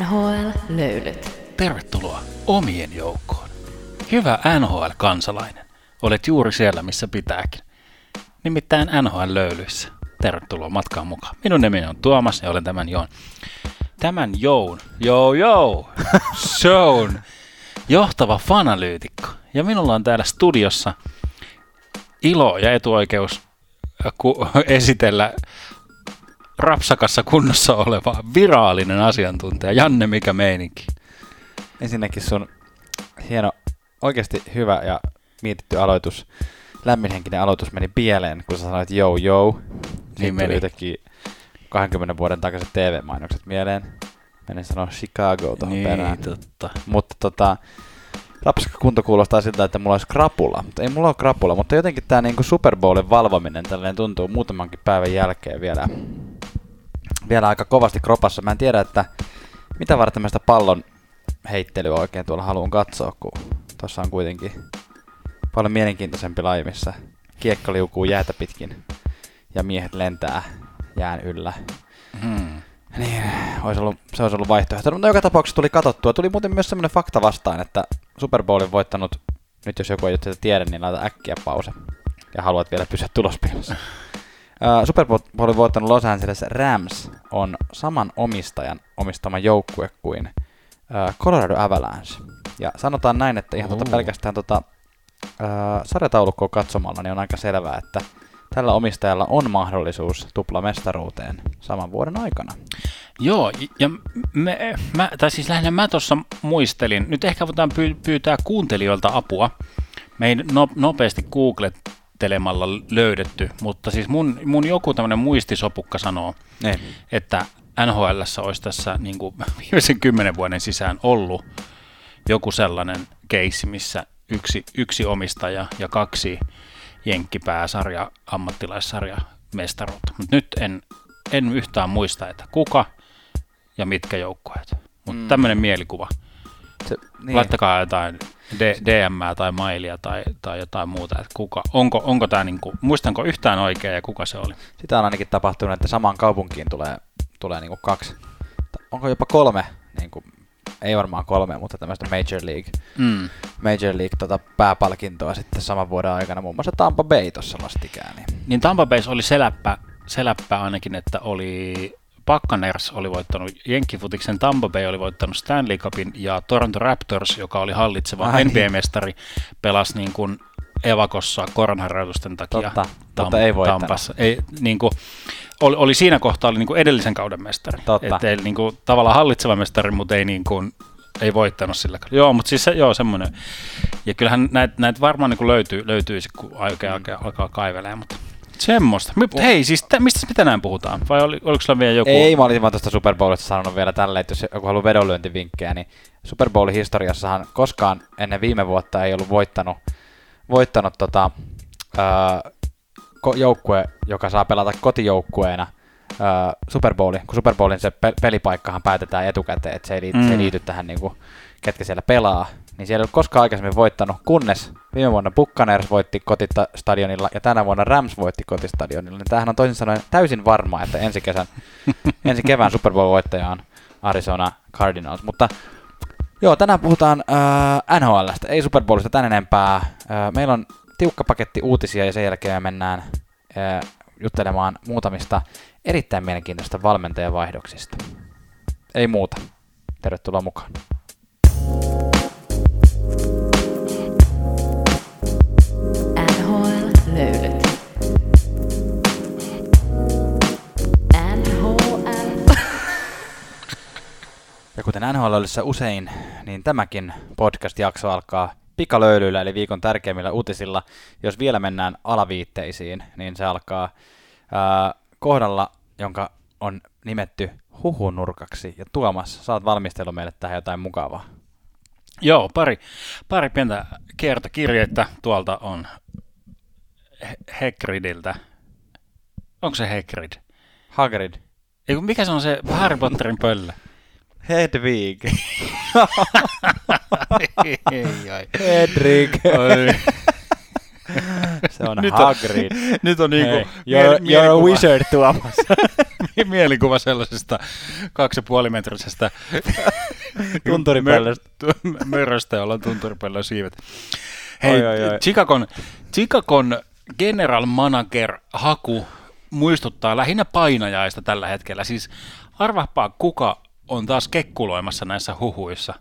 NHL-löylyt. Tervetuloa omien joukkoon. Hyvä NHL-kansalainen. Olet juuri siellä, missä pitääkin. Nimittäin NHL-löylyissä. Tervetuloa matkaan mukaan. Minun nimeni on Tuomas ja olen tämän shown johtava fanalyytikko. Ja minulla on täällä studiossa ilo ja etuoikeus esitellä rapsakassa kunnossa oleva virallinen asiantuntija Janne, mikä meininki? Ensinnäkin sun hieno, oikeasti hyvä ja mietitty aloitus, lämminhenkinen aloitus meni pieleen, kun sä sanoit joo. Niin meni. Jotenkin 20 vuoden takaiset TV-mainokset mieleen. Menin sanoa Chicago tuohon perään. Totta. Mutta rapsakka kunto kuulostaa siltä, että mulla olisi krapula. Mutta ei mulla ole krapula, mutta jotenkin tää niinku Super Bowlin valvominen tälleen tuntuu muutamankin päivän jälkeen vielä aika kovasti kropassa. Mä en tiedä, että mitä varten mä sitä pallon heittelyä oikein tuolla haluan katsoa, kun tuossa on kuitenkin paljon mielenkiintoisempi laji, missä kiekko liukuu jäätä pitkin ja miehet lentää jään yllä. Niin, se olisi ollut vaihtoehto. Mutta joka tapauksessa tuli katsottua. Tuli muuten myös semmoinen fakta vastaan, että Super Bowlin voittanut, nyt jos joku ei sitä tiedä, niin laita äkkiä pause ja haluat vielä pysyä tulospiilossa. Super Bowlin voittanut Los Angeles Rams on saman omistajan omistama joukkue kuin Colorado Avalanche. Ja sanotaan näin, että ihan pelkästään sarjataulukkoa katsomalla niin on aika selvää, että tällä omistajalla on mahdollisuus tuplamestaruuteen saman vuoden aikana. Joo, ja mä tuossa muistelin, nyt ehkä voidaan pyytää kuuntelijoilta apua. Me ei nopeasti googlettelemalla löydetty, mutta siis mun joku tämmöinen muistisopukka sanoo, että NHL:ssä olisi tässä niin kuin viimeisen 10 vuoden sisään ollut joku sellainen keissi, missä yksi omistaja ja 2 jenkkipääsarja, ammattilaissarja mestaruutta. Mutta nyt en yhtään muista, että kuka ja mitkä joukkueet. Mutta tämmöinen mielikuva. Niin. Laittakaa jotain DM:ää tai mailia tai jotain muuta, että kuka, onko tämä niinku, muistanko yhtään oikein ja kuka se oli? Sitä on ainakin tapahtunut, että samaan kaupunkiin tulee niinku 2, onko jopa 3, niinku, ei varmaan 3, mutta tämmöistä Major League pääpalkintoa sitten saman vuoden aikana, muun muassa Tampa Bay tuossa vastikään. Niin Tampa Bay oli seläppä ainakin, että oli Buccaneers oli voittanut Jenkkifutiksen, Tampa Bay oli voittanut Stanley Cupin ja Toronto Raptors, joka oli hallitseva NBA-mestari, pelasi niin kuin evakossa koronarajoitusten takia ei voittanut. Tampassa. Oli siinä kohtaa oli niin kuin edellisen kauden mestari. Että niin kuin tavallaan hallitseva mestari, mutta ei voittanut sillä. Joo, mutta siis semmoinen. Ja kyllähän näitä varmaan niin kuin löytyisi, kun alkaa kaivelemaan, mutta semmoista. Hei, siis mistä me tänään puhutaan? Vai oliko sulla vielä joku? Ei, mä olisin vaan tuosta Super Bowlista sanonut vielä tälleen, että jos joku haluaa vedonlyöntivinkkejä, niin Super Bowlin historiassahan koskaan ennen viime vuotta ei ollut voittanut joukkue, joka saa pelata kotijoukkueena Super Bowlin, kun Super Bowlin se pelipaikkahan päätetään etukäteen, että se ei liity tähän, niin kuin, ketkä siellä pelaa, niin siellä ei ole koskaan aikaisemmin voittanut, kunnes viime vuonna Buccaneers voitti kotistadionilla ja tänä vuonna Rams voitti kotistadionilla. Niin tämähän on toisin sanoen täysin varma, että ensi kevään Super Bowl-voittaja on Arizona Cardinals. Mutta joo, tänään puhutaan NHL:stä, ei Super Bowlista tän enempää. Meillä on tiukka paketti uutisia ja sen jälkeen mennään juttelemaan muutamista erittäin mielenkiintoista valmentajavaihdoksista. Ei muuta. Tervetuloa mukaan. NHL-löylyt. Ja kuten NHL:ssä usein, niin tämäkin podcast-jakso alkaa pikalöylyillä, eli viikon tärkeimmillä uutisilla. Jos vielä mennään alaviitteisiin, niin se alkaa kohdalla, jonka on nimetty huhunurkaksi. Ja Tuomas, sä oot valmistellut meille tähän jotain mukavaa. Joo, pari pientä kiertokirjettä. Tuolta on Hagridiltä. Onko se Hagrid? Hagrid. Mikä se on se Harry Potterin pöllö? Hedvig. Hedvig. Se on Hagrid. Nyt on niinku... You're a wizard, Tuomas. mielikuva sellaisesta 2,5-metrisestä tunturipöllöstä. Möröstä, jolla on tunturipöllön siivet. Hei, Chicagon general manager haku muistuttaa lähinnä painajaista tällä hetkellä. Siis arvahpaa, kuka on taas kekkuloimassa näissä huhuissa.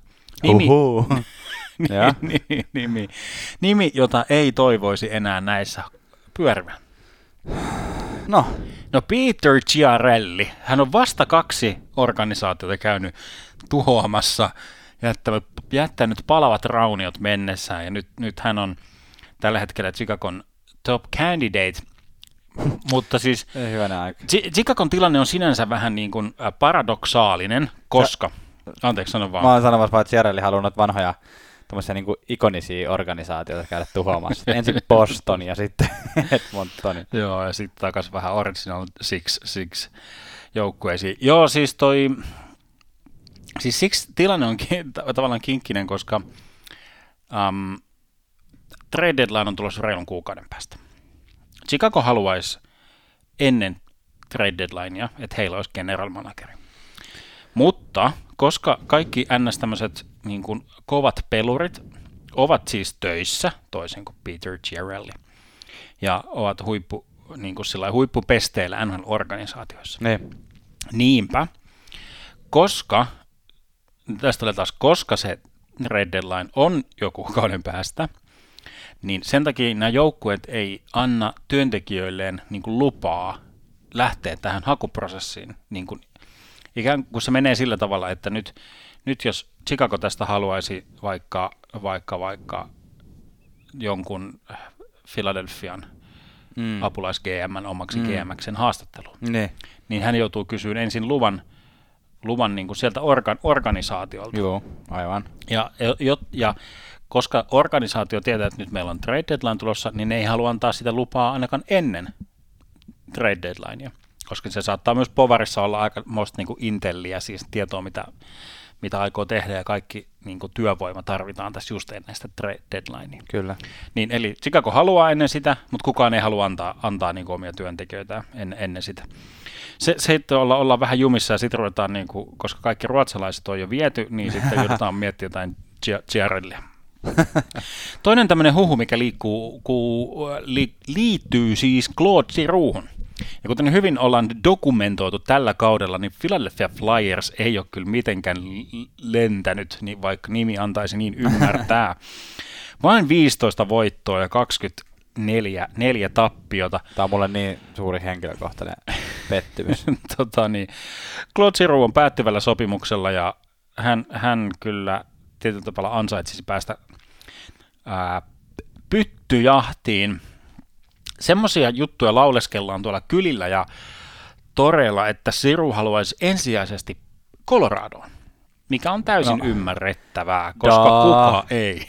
Nimi, jota ei toivoisi enää näissä pyörivän. No Peter Chiarelli. Hän on vasta 2 organisaatiota käynyt tuhoamassa, jättänyt palavat rauniot mennessään, ja nyt hän on tällä hetkellä Chicagon top candidate. Mutta siis Chicagon tilanne on sinänsä vähän niin kuin paradoksaalinen, koska... Anteeksi, sano vaan. Mä oon sanomassa vaan, että Chiarelli haluaa noita vanhoja tommosia niin kuin ikonisia organisaatioita käydä tuhoamassa. Ensin Boston ja sitten Edmonton. Joo, ja sitten takaisin vähän Original Six joukkueisiin. Joo, siis siksi tilanne on tavallaan kinkkinen, koska trade deadline on tulossa reilun kuukauden päästä. Chicago haluaisi ennen trade deadlinea, että heillä olisi general manageri. Mutta koska kaikki ns. Tämmöiset niin kuin kovat pelurit ovat siis töissä, toisin kuin Peter Chiarelli, ja ovat huippupesteillä NHL-organisaatioissa. Niinpä, koska se red deadline on joku kuukauden päästä, niin sen takia nämä joukkueet ei anna työntekijöilleen niin kuin lupaa lähteä tähän hakuprosessiin. Niin kuin, ikään kuin se menee sillä tavalla, että nyt jos Chicago tästä haluaisi vaikka jonkun Philadelphian apulais-GM:n omaksi GM:ksen haastatteluun, niin hän joutuu kysyä ensin luvan niin kuin sieltä organisaatiolta. Joo, aivan. Ja koska organisaatio tietää, että nyt meillä on trade deadline tulossa, niin ne ei halua antaa sitä lupaa ainakaan ennen trade deadlinea, koska se saattaa myös povarissa olla aikamoista niin kuin intelliä, siis tietoa, mitä aikoo tehdä, ja kaikki niin kuin työvoima tarvitaan tässä just ennen sitä trade deadlinea. Kyllä. Niin, eli Chicago haluaa ennen sitä, mutta kukaan ei halua antaa niin kuin omia työntekijöitä ennen sitä. Se että ollaan vähän jumissa, ja sitten ruvetaan, niin kuin, koska kaikki ruotsalaiset on jo viety, niin sitten joudutaan miettimään jotain Chiarellia. Toinen tämmöinen huhu, mikä liittyy siis Claude Giroux'hun. Ja kuten hyvin ollaan dokumentoitu tällä kaudella, niin Philadelphia Flyers ei ole kyllä mitenkään lentänyt, niin vaikka nimi antaisi niin ymmärtää. Vain 15 voittoa ja 24 tappiota. Tämä on mulle niin suuri henkilökohtainen pettymys. Claude Giroux on päättyvällä sopimuksella, ja hän kyllä tietyllä tavalla ansaitsisi päästä pyttyjahtiin. Semmoisia juttuja lauleskellaan tuolla kylillä ja toreilla, että Giroux haluaisi ensisijaisesti Coloradoon, mikä on täysin ymmärrettävää, koska kuka ei.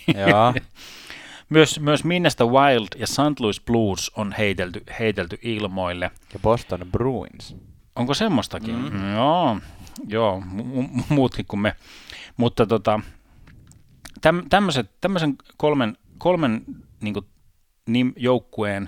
Myös Minnesota Wild ja St. Louis Blues on heitelty ilmoille. Ja Boston Bruins. Onko semmoistakin? Joo, muutkin kuin me. Mutta tämmöisen kolmen niin kuin joukkueen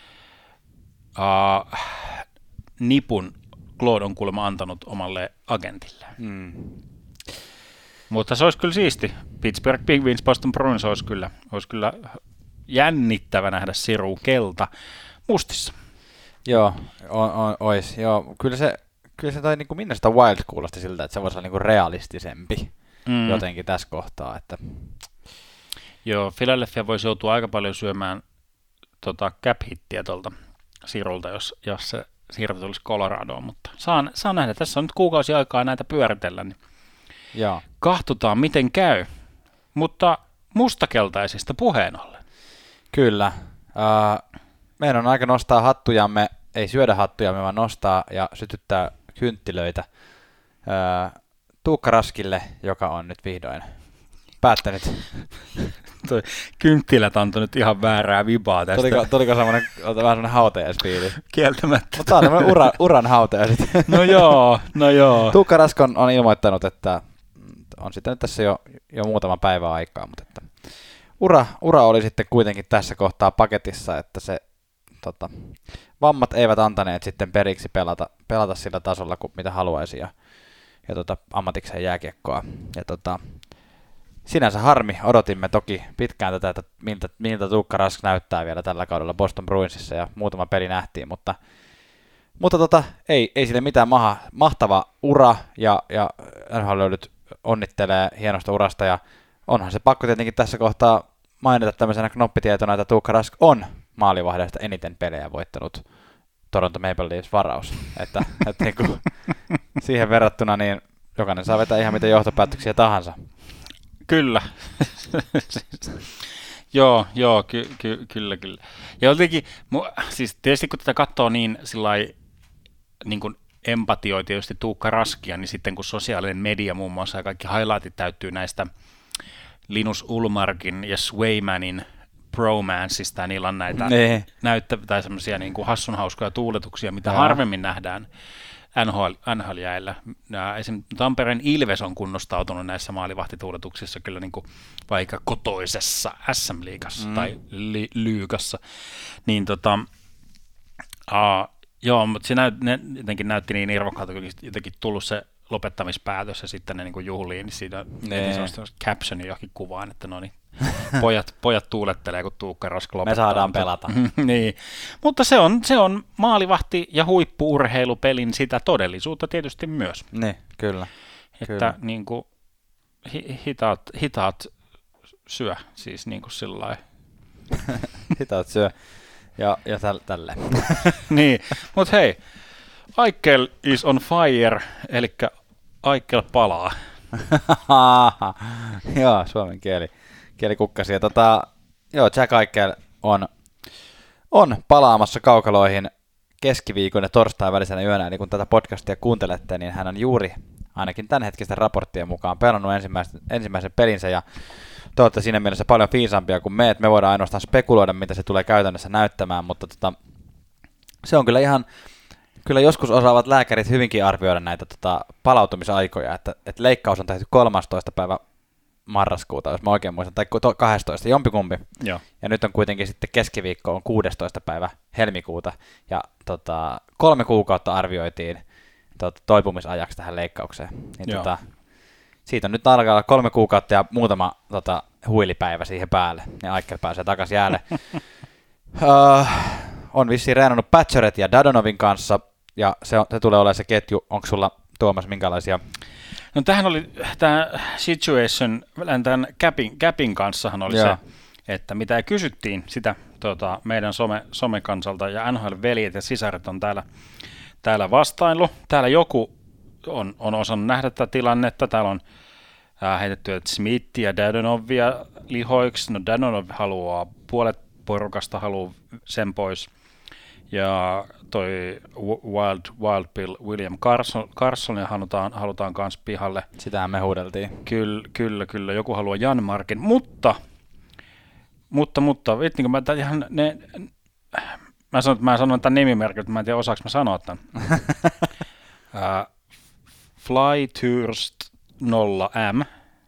nipun Claude on kuulemma antanut omalle agentille. Mutta se olisi kyllä siisti. Pittsburgh Penguins, Boston Bruins olisi kyllä jännittävä nähdä Giroux kelta mustissa. Joo, ois. Joo, kyllä se toi niin kuin Minnesota Wild kuulosti siltä, että se voisi olla niin kuin realistisempi jotenkin tässä kohtaa. Että... Joo, Philadelphia voisi joutua aika paljon syömään cap-hittiä tuolta Giroux'lta, jos se siirto tulisi Coloradoon, mutta saa nähdä. Tässä on nyt kuukausi aikaa näitä pyöritellä, niin kahtutaan miten käy. Mutta mustakeltaisista puheen ollen. Kyllä. Meidän on aika nostaa hattujamme, ei syödä hattujamme, vaan nostaa ja sytyttää kynttilöitä Tuukka Raskille, joka on nyt vihdoin päättänyt. Toi kynttilät antoi nyt ihan väärää vibaa tästä. Tuliko vähän semmoinen hautajaispiili? Kieltämättä. Mutta tämä on tämmöinen uran hautajaiset. No joo. Tuukka Rask on ilmoittanut, että on sitten nyt tässä jo muutama päivä aikaa, mutta että ura oli sitten kuitenkin tässä kohtaa paketissa, että se vammat eivät antaneet sitten periksi pelata sillä tasolla, kuin mitä haluaisi, ja ammatikseen jääkiekkoa. Ja sinänsä harmi, odotimme toki pitkään tätä, että miltä Tuukka Rask näyttää vielä tällä kaudella Boston Bruinsissa, ja muutama peli nähtiin, mutta ei sille mitään mahtava ura, ja NHL-löydyt onnittelee hienosta urasta, ja onhan se pakko tietenkin tässä kohtaa mainita tämmöisenä knoppitietona, että Tuukka Rask on maalivahdeista eniten pelejä voittanut Toronto Maple Leafs -varaus. Että niin kuin, siihen verrattuna niin jokainen saa vetää ihan mitä johtopäätöksiä tahansa. Kyllä. Joo, kyllä. Ja jotenkin, siis tietysti kun tätä katsoo niin sillai, niin kuin empatioi tietysti Tuukka Raskia, niin sitten kun sosiaalinen media muun muassa ja kaikki highlightit täyttyy näistä Linus Ullmarkin ja Swaymanin bromanceista, ja niillä on näitä tai semmoisia niin kuin hassunhauskoja tuuletuksia, mitä harvemmin nähdään NHL-jäillä. Esimerkiksi Tampereen Ilves on kunnostautunut näissä maalivahtituuletuksissa kyllä niin kuin vaikka kotoisessa SM-liigassa tai liigassa. Niin joo, mutta se jotenkin näytti niin irvokkaalta, kun jotenkin tullut se lopettamispäätös ja sitten ne niin kuin juhliin, niin siinä on captioni johonkin kuvaan, että no niin, pojat tuulettelee, kun Tuukka Rask lopettaa. Me saadaan pelata. Niin, mutta se on maalivahti ja huippu-urheilupelin sitä todellisuutta tietysti myös. Niin, kyllä. Että niin kuin hitaat syö, siis niin kuin sillain. Hitaat syö ja tälleen. Niin, mutta hei, Aikel is on fire, eli Aikel palaa. Joo, suomen kieli kukkasi. Joo, Jack Eichel on palaamassa kaukaloihin keskiviikon ja torstain välisenä yönä, eli kun tätä podcastia kuuntelette, niin hän on juuri ainakin tämänhetkisten raporttien mukaan pelannut ensimmäisen pelinsä, ja te olette siinä mielessä paljon fiisampia kuin me, että me voidaan ainoastaan spekuloida, mitä se tulee käytännössä näyttämään, mutta se on kyllä kyllä joskus osaavat lääkärit hyvinkin arvioida näitä palautumisaikoja, että leikkaus on tehty 13. päivä marraskuuta, jos mä oikein muistan, tai 12, jompikumpi. Joo. Ja nyt on kuitenkin sitten keskiviikko on 16. päivä helmikuuta, ja 3 kuukautta arvioitiin toipumisajaksi tähän leikkaukseen. Niin siitä on nyt alkaa olla 3 kuukautta ja muutama huilipäivä siihen päälle, ja Aikel pääsee takaisin jäälle. On vissiin reenannut Patcheret ja Dadonovin kanssa, ja se tulee olemaan se ketju. Onko sulla, Tuomas, minkälaisia? No tämähän oli, tämä situation, tämän Capin kanssahan oli se, että mitä kysyttiin sitä meidän somekansalta, ja NHL-veljet ja sisaret on täällä vastaillut. Täällä joku on osannut nähdä tätä tilannetta. Täällä on heitetty, että Smith ja Dadonovia lihoiksi. No Dadonov haluaa puolet porukasta, haluaa sen pois. Ja toi Wild Bill William Carson halutaan kans pihalle. Sitähän me huudeltiin. Kyllä. Joku haluaa Janmarkin, mutta vittiinkö mä ihan mä sanon tämän nimimerkin, mutta mä en tiedä osaanko mä sanoa tämän. Flyturst 0M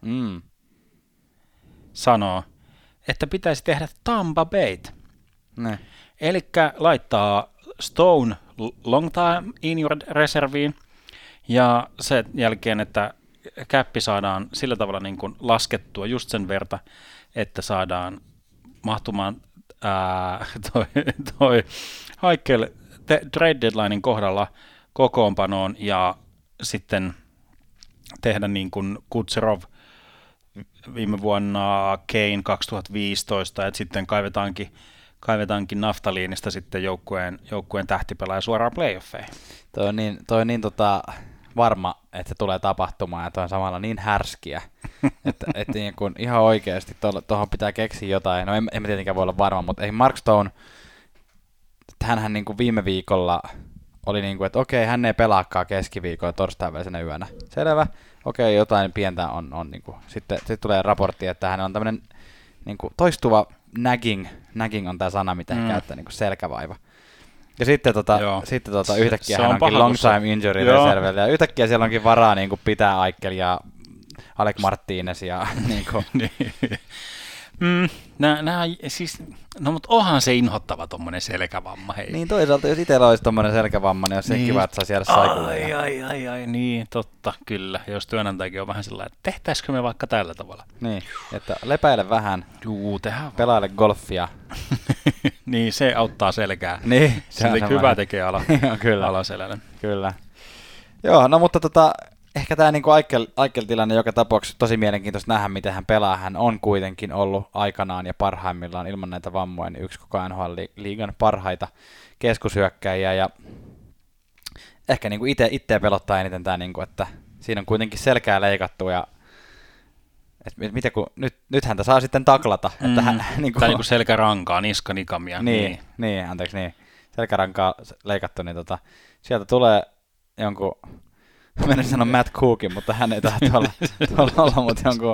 sanoo, että pitäisi tehdä Tampa Bayt. Ne. Elikkä laittaa Stone long time injured reserviin ja sen jälkeen, että käppi saadaan sillä tavalla niin kuin laskettua just sen verta, että saadaan mahtumaan toi Aikel trade deadlinein kohdalla kokoonpanoon ja sitten tehdä niin kuin Kucherov viime vuonna, Kane 2015, että sitten kaivetaankin naftaliinista sitten joukkueen tähtipelaaja suoraan playoffeihin. Toi on niin varma, että se tulee tapahtumaan, ja toi on samalla niin härskiä, että niin kun ihan oikeasti tuohon pitää keksiä jotain. No en mä tietenkään voi olla varma, mutta ei Mark Stone, hänhän niin kuin viime viikolla oli niin kuin, että okei, hän ei pelaakaan keskiviikolla torstain välisenä yönä. Selvä, okei, jotain pientä on niin kuin. Sitten tulee raportti, että hän on tämmöinen niin kuin toistuva nagging on tämä sana, mitä hän käyttää, niin kuin selkävaiva. Ja sitten, yhtäkkiä hän onkin long time injury reservillä, ja yhtäkkiä siellä onkin varaa niin kuin pitää Aikel ja Alec Martinez ja niin kuin. Siis, no mutta onhan se inhottava tommonen selkävamma, hei. Niin toisaalta, jos itsellä olisi tommonen selkävamma, niin olisi niin. Kiva, että saisi jäädä saikulle. Ai, niin, totta, kyllä. Jos työnantajakin on vähän sellainen, että tehtäisikö me vaikka tällä tavalla. Niin, että lepäile vähän, pelaile golfia. Niin, se auttaa selkää. Niin, se on hyvä tekee alaselälle. Kyllä. Joo, no mutta ehkä tämä niinku Aikel-tilanne joka tapauksessa tosi mielenkiintoista nähdä, miten hän pelaa. Hän on kuitenkin ollut aikanaan ja parhaimmillaan ilman näitä vammoja niin yksi koko NHL-liigan parhaita keskushyökkäjiä. Ja ehkä niinku itse pelottaa eniten tämä, niinku, että siinä on kuitenkin selkää leikattu ja miten kun nyt häntä saa sitten taklata. Että hän, niinku, tai niinku selkärankaa, niskanikamia. Niin, selkärankaa leikattu, niin sieltä tulee jonkun... Menen sanoa Matt Cookin, mutta hän ei tahto olla mutta jonkun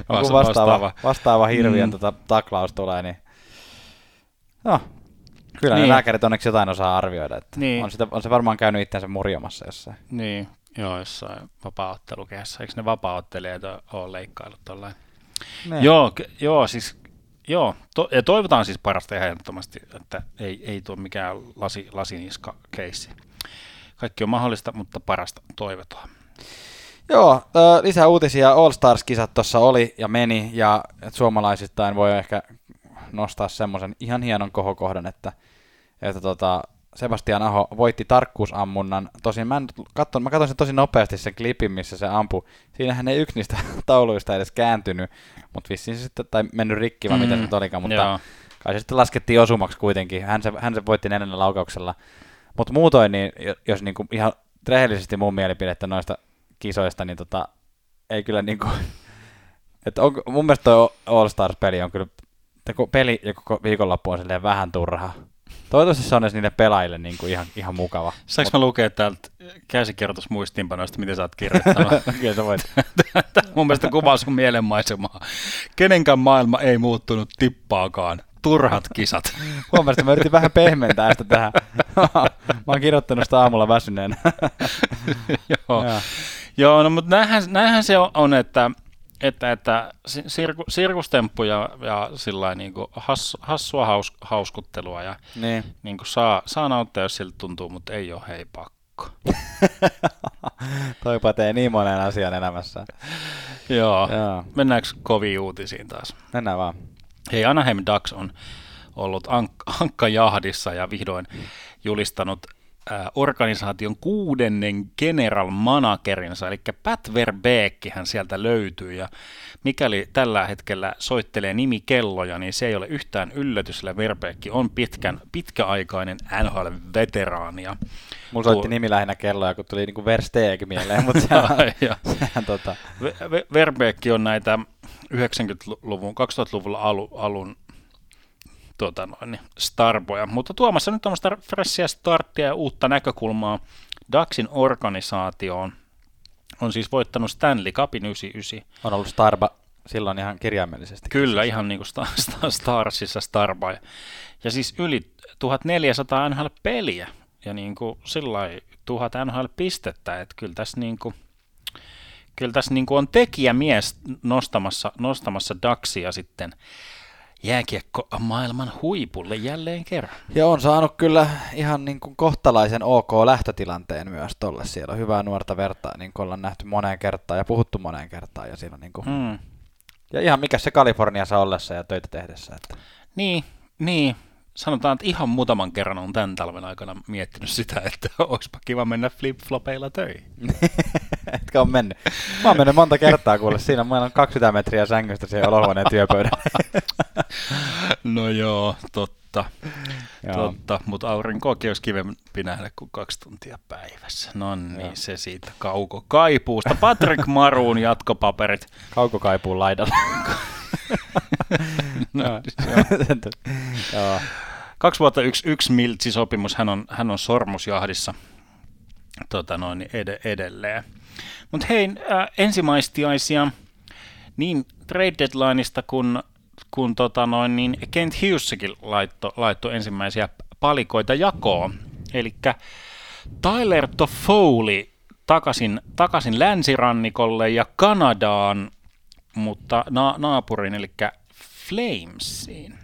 vastaava hirviön taklaus tulee, niin no, kyllä niin. Ne lääkärit onneksi jotain osaa arvioida, että niin. on se varmaan käynyt itseänsä murjomassa jossain. Niin, joo, jossain vapaa-ottelukehässä. Eikö ne vapaa-ottelijat ole leikkailut tollain? Niin. Joo, siis ja toivotaan siis parasta ihan ehdottomasti, että ei tuo mikään lasiniska-keissi. Kaikki on mahdollista, mutta parasta toivotaan. Joo, lisää uutisia. All Stars-kisat tuossa oli ja meni, ja suomalaisittain voi ehkä nostaa semmoisen ihan hienon kohokohdan, että Sebastian Aho voitti tarkkuusammunnan. Tosin mä katsoin sen tosi nopeasti sen klipin, missä se ampui. Siinähän ei yksi niistä tauluista edes kääntynyt, mutta vissiin se sitten, tai mennyt rikki, vai mitä se nyt olikaan, mutta kai se sitten laskettiin osumaksi kuitenkin. Hän se voitti neljännellä laukauksella. Mutta muutoin, niin jos niinku ihan rehellisesti mun mielipidettä noista kisoista, niin ei kyllä niinku, että mun mielestä toi All Stars-peli on kyllä, peli ja koko viikonloppu on silleen vähän turha. Toivottavasti se on edes niille pelaajille niinku ihan mukava. Saanko mä lukea täältä käsikirjoitusmuistiinpanoista, miten sä oot kirjoittanut? Kyllä sä voit. Tämä mun mielestä kuvaa sun mielenmaisemaa. Kenenkään maailma ei muuttunut tippaakaan. Turhat kisat. Huomasin, mä yritin vähän pehmentää sitä tähän. Mä oon kirjoittanut sitä aamulla väsyneenä. Joo, no mutta näinhän se on, että sirkustemppuja ja sillain niinku hassua hauskuttelua ja niinku saa nauttia, jos siltä tuntuu, mutta ei ole hei pakko. Toi pätee niin monen asian elämässä. Joo. Mennäänkö koviin uutisiin taas? Mennään vaan. Hei, Anaheim Ducks on ollut ankkajahdissa ja vihdoin julistanut organisaation 6. general managerinsa, eli Pat Verbeekkihän sieltä löytyy, ja mikäli tällä hetkellä soittelee nimikelloja, niin se ei ole yhtään yllätys, sillä Verbeekki on pitkäaikainen NHL-veteraani. Mulla soitti nimi lähinnä kelloja, kun tuli niinku Versteeg mieleen, mutta sehän Verbeekki on näitä 90-luvun, 2000-luvun alun starboja, mutta tuomassa nyt tämmöistä freshia starttia ja uutta näkökulmaa Ducksin organisaatioon. On siis voittanut Stanley Cupin 99. On ollut starba silloin ihan kirjaimellisesti. Kyllä, ihan niin kuin Starsissa starba. Ja siis yli 1400 NHL-peliä ja niin kuin sillai 1000 NHL-pistettä, että kyllä tässä on tekijämies nostamassa Ducksia sitten jääkiekko maailman huipulle jälleen kerran. Ja on saanut kyllä ihan niin kuin kohtalaisen ok lähtötilanteen myös tolle. Siellä on hyvää nuorta vertaa, niin kuin ollaan nähty moneen kertaan ja puhuttu moneen kertaan. Ja, siellä niin kuin ja ihan mikä se Kaliforniassa ollessa ja töitä tehdessä. Että. Niin. Sanotaan, että ihan muutaman kerran on tämän talven aikana miettinyt sitä, että olisipa kiva mennä flip-flopeilla töihin. Etkä ole mennyt. Mä oon mennyt monta kertaa kuule. Siinä meillä on 20 metriä sängystä siellä olohuoneen työpöydällä. No joo, totta. Mutta aurinkoakin olisi kivempi nähdä kuin 2 tuntia päivässä. No niin, se siitä kaukokaipuusta. Patrick Maroon jatkopaperit. Kaukokaipuun laidalla. Joo. 2 vuotta 1 miltsisopimus, hän on sormusjahdissa edelleen. Mutta hei, ensimaistiaisia niin trade deadlineista kun Kent Hugheskin laittoi ensimmäisiä palikoita jakoon. Eli Tyler Toffoli takaisin länsirannikolle ja Kanadaan, mutta naapurin, eli Flamesiin.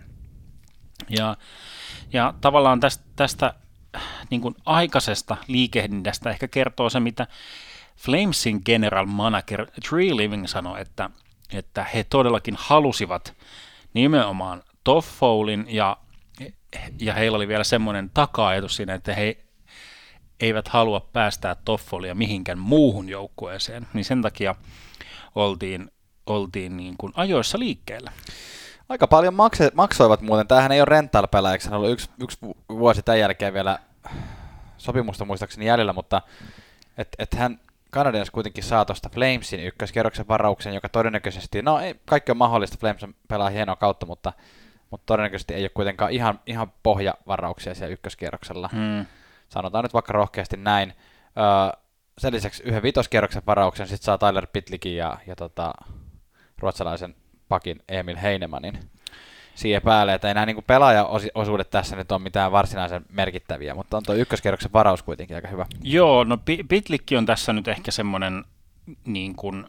Ja tavallaan tästä niin kuin aikaisesta liikehdinnästä ehkä kertoo se, mitä Flamesin general manager Tree Living sanoi, että he todellakin halusivat nimenomaan Toffolin ja heillä oli vielä semmoinen taka-ajatus siinä, että he eivät halua päästää Toffolia mihinkään muuhun joukkueeseen, niin sen takia oltiin niin kuin ajoissa liikkeellä. Aika paljon maksoivat muuten. Tämähän ei ole rental-pelaaja, eikö hän ollut yksi vuosi tämän jälkeen vielä sopimusta muistaakseni jäljellä, mutta et hän Canadiens kuitenkin saa tuosta Flamesin ykköskierroksen varauksen, joka todennäköisesti, no ei, kaikki on mahdollista, Flames pelaa hienoa kautta, mutta todennäköisesti ei ole kuitenkaan ihan pohjavarauksia siellä ykköskierroksella. Sanotaan nyt vaikka rohkeasti näin. Sen lisäksi yhden vitoskierroksen varauksen sit saa Tyler Pitlickin ja ruotsalaisen pakin Emil Heinemannin siihen päälle, että ei nämä niin pelaajaosuudet tässä nyt ole mitään varsinaisen merkittäviä, mutta on tuo ykköskierroksen varaus kuitenkin aika hyvä. Joo, no Pitlick on tässä nyt ehkä semmoinen niin kuin,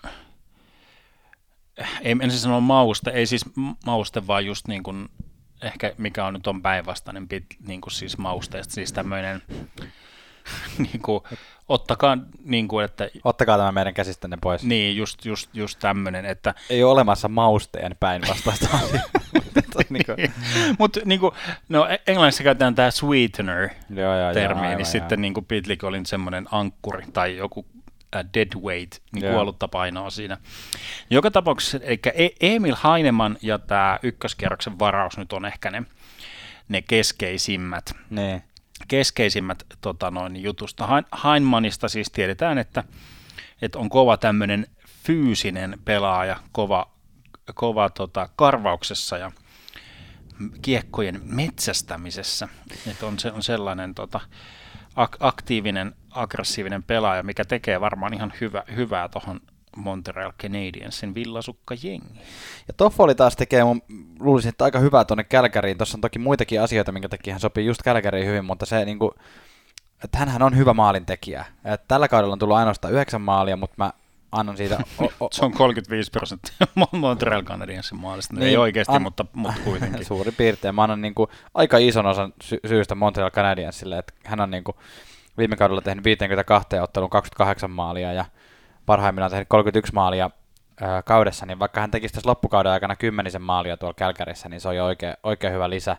en siis sano mauste, ei siis mauste, vaan just niin kuin, ehkä mikä on nyt on päinvastainen niin kuin siis mausteesta, siis tämmöinen niin kuin, ottakaa niin kuin, että ottakaa tämä meidän käsistänne pois. Niin, just tämmöinen, että ei ole olemassa mausteen päinvastaista asiaa. Mutta niinku, no englannissa käytetään tämä sweetener-termi, niin aivan. sitten niinku Pitlick oli semmoinen ankkuri tai joku dead weight, niin kuollutta painoa siinä. Joka tapauksessa, eli Emil Heinemann ja tämä ykköskierroksen varaus nyt on ehkä ne keskeisimmät. Ne. Keskeisimmät jutusta. Heinemannista siis tiedetään, että on kova tämmöinen fyysinen pelaaja, kova karvauksessa ja kiekkojen metsästämisessä, että on sellainen aktiivinen, aggressiivinen pelaaja, mikä tekee varmaan ihan hyvää tuohon Montreal Canadiensin villasukkajengi. Ja Toffoli taas tekee, luulisin, että aika hyvää tuonne Calgaryin. Tuossa on toki muitakin asioita, minkä takia hän sopii just Calgaryin hyvin, mutta se niinku, että hänhän on hyvä maalintekijä. Et tällä kaudella on tullut ainoastaan 9 maalia, mutta mä annan siitä se on 35% Montreal Canadiensin maalista. Niin, ei oikeasti, mutta kuitenkin. Suurin piirtein. Mä annan niinku aika ison osan syystä Montreal Canadiensille, että hän on niinku viime kaudella tehnyt 52 ottelun 28 maalia ja parhaimmillaan tehnyt 31 maalia kaudessa, niin vaikka hän tekisi tässä loppukauden aikana 10 maalia tuolla Calgaryssä, niin se on jo oikein hyvä lisä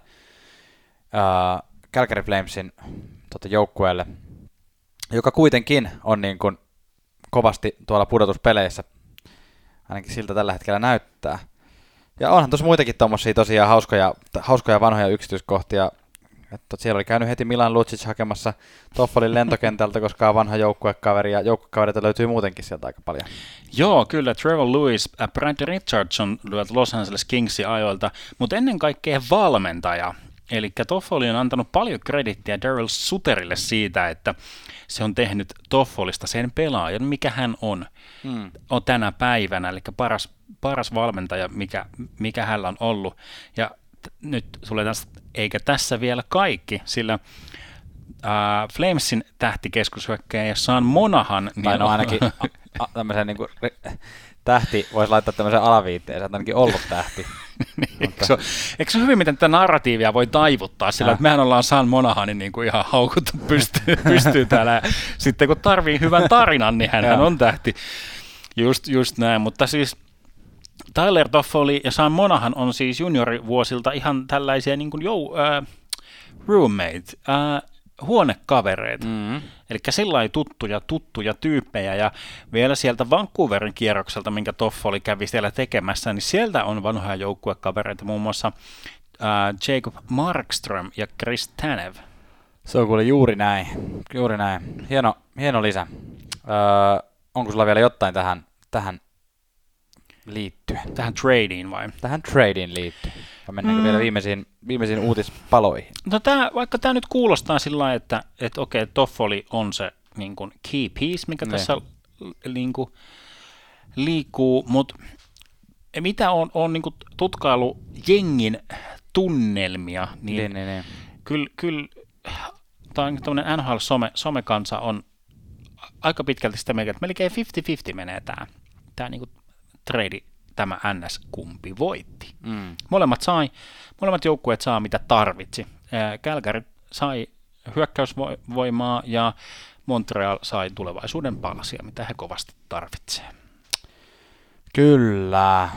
Calgary Flamesin joukkueelle, joka kuitenkin on niin kuin kovasti tuolla pudotuspeleissä, ainakin siltä tällä hetkellä näyttää. Ja onhan tuossa muitakin tommosia tosiaan hauskoja vanhoja yksityiskohtia, että siellä oli käynyt heti Milan Lucic hakemassa Toffolin lentokentältä, koska on vanha joukkuekaveri, ja joukkuekavereita löytyy muutenkin sieltä aika paljon. Joo, kyllä, Trevor Lewis, Brad Richardson Los Angeles Kingsin ajoilta, mutta ennen kaikkea valmentaja. Eli Toffoli on antanut paljon kredittiä Daryl Sutterille siitä, että se on tehnyt Toffolista sen pelaajan, mikä hän on tänä päivänä, eli paras valmentaja, mikä hänellä on ollut. Ja nyt tulee tästä, eikä tässä vielä kaikki, sillä Flamesin tähtikeskushyökkäjä Sean Monahan... Tai no ainakin tämmöisen niin kuin tähti voisi laittaa tämmöisen alaviitteen, sä oot ainakin ollut tähti. Eikö se ole hyvin, miten tätä narratiivia voi taivuttaa sillä, että mehän ollaan Sean Monahanin niin kuin ihan haukuttu pystyy täällä. Ja sitten kun tarvii hyvän tarinan, niin hän on tähti. Just näin, mutta siis Tyler Toffoli ja Sean Monahan on siis juniorivuosilta ihan tällaisia niin kuin roommate, huonekavereita. Eli sellainen tuttuja tyyppejä, ja vielä sieltä Vancouverin kierrokselta, minkä Toffoli kävi siellä tekemässä, niin sieltä on vanhoja joukkuekavereita, muun muassa Jacob Markström ja Chris Tanev. Se on kuule juuri näin. Hieno lisä. Onko sulla vielä jotain tähän liittyen? Tähän tradeen vai? Tähän tradeen liittyen. Vai mennäänkö vielä viimeisiin uutispaloihin? No vaikka tämä nyt kuulostaa sillä lailla, että okei, Toffoli on se niin kuin key piece, mikä tässä niin kuin liikkuu, mutta mitä on niin kuin tutkailu jengin tunnelmia, niin. Kyllä tämmöinen NHL-somekansa on aika pitkälti sitä mieltä, että melkein 50-50 menee tämä niin kuin tämä NS kumpi voitti. Molemmat joukkueet saa mitä tarvitsi. Calgary sai hyökkäysvoimaa ja Montreal sai tulevaisuuden palasia, mitä he kovasti tarvitsee. Kyllä.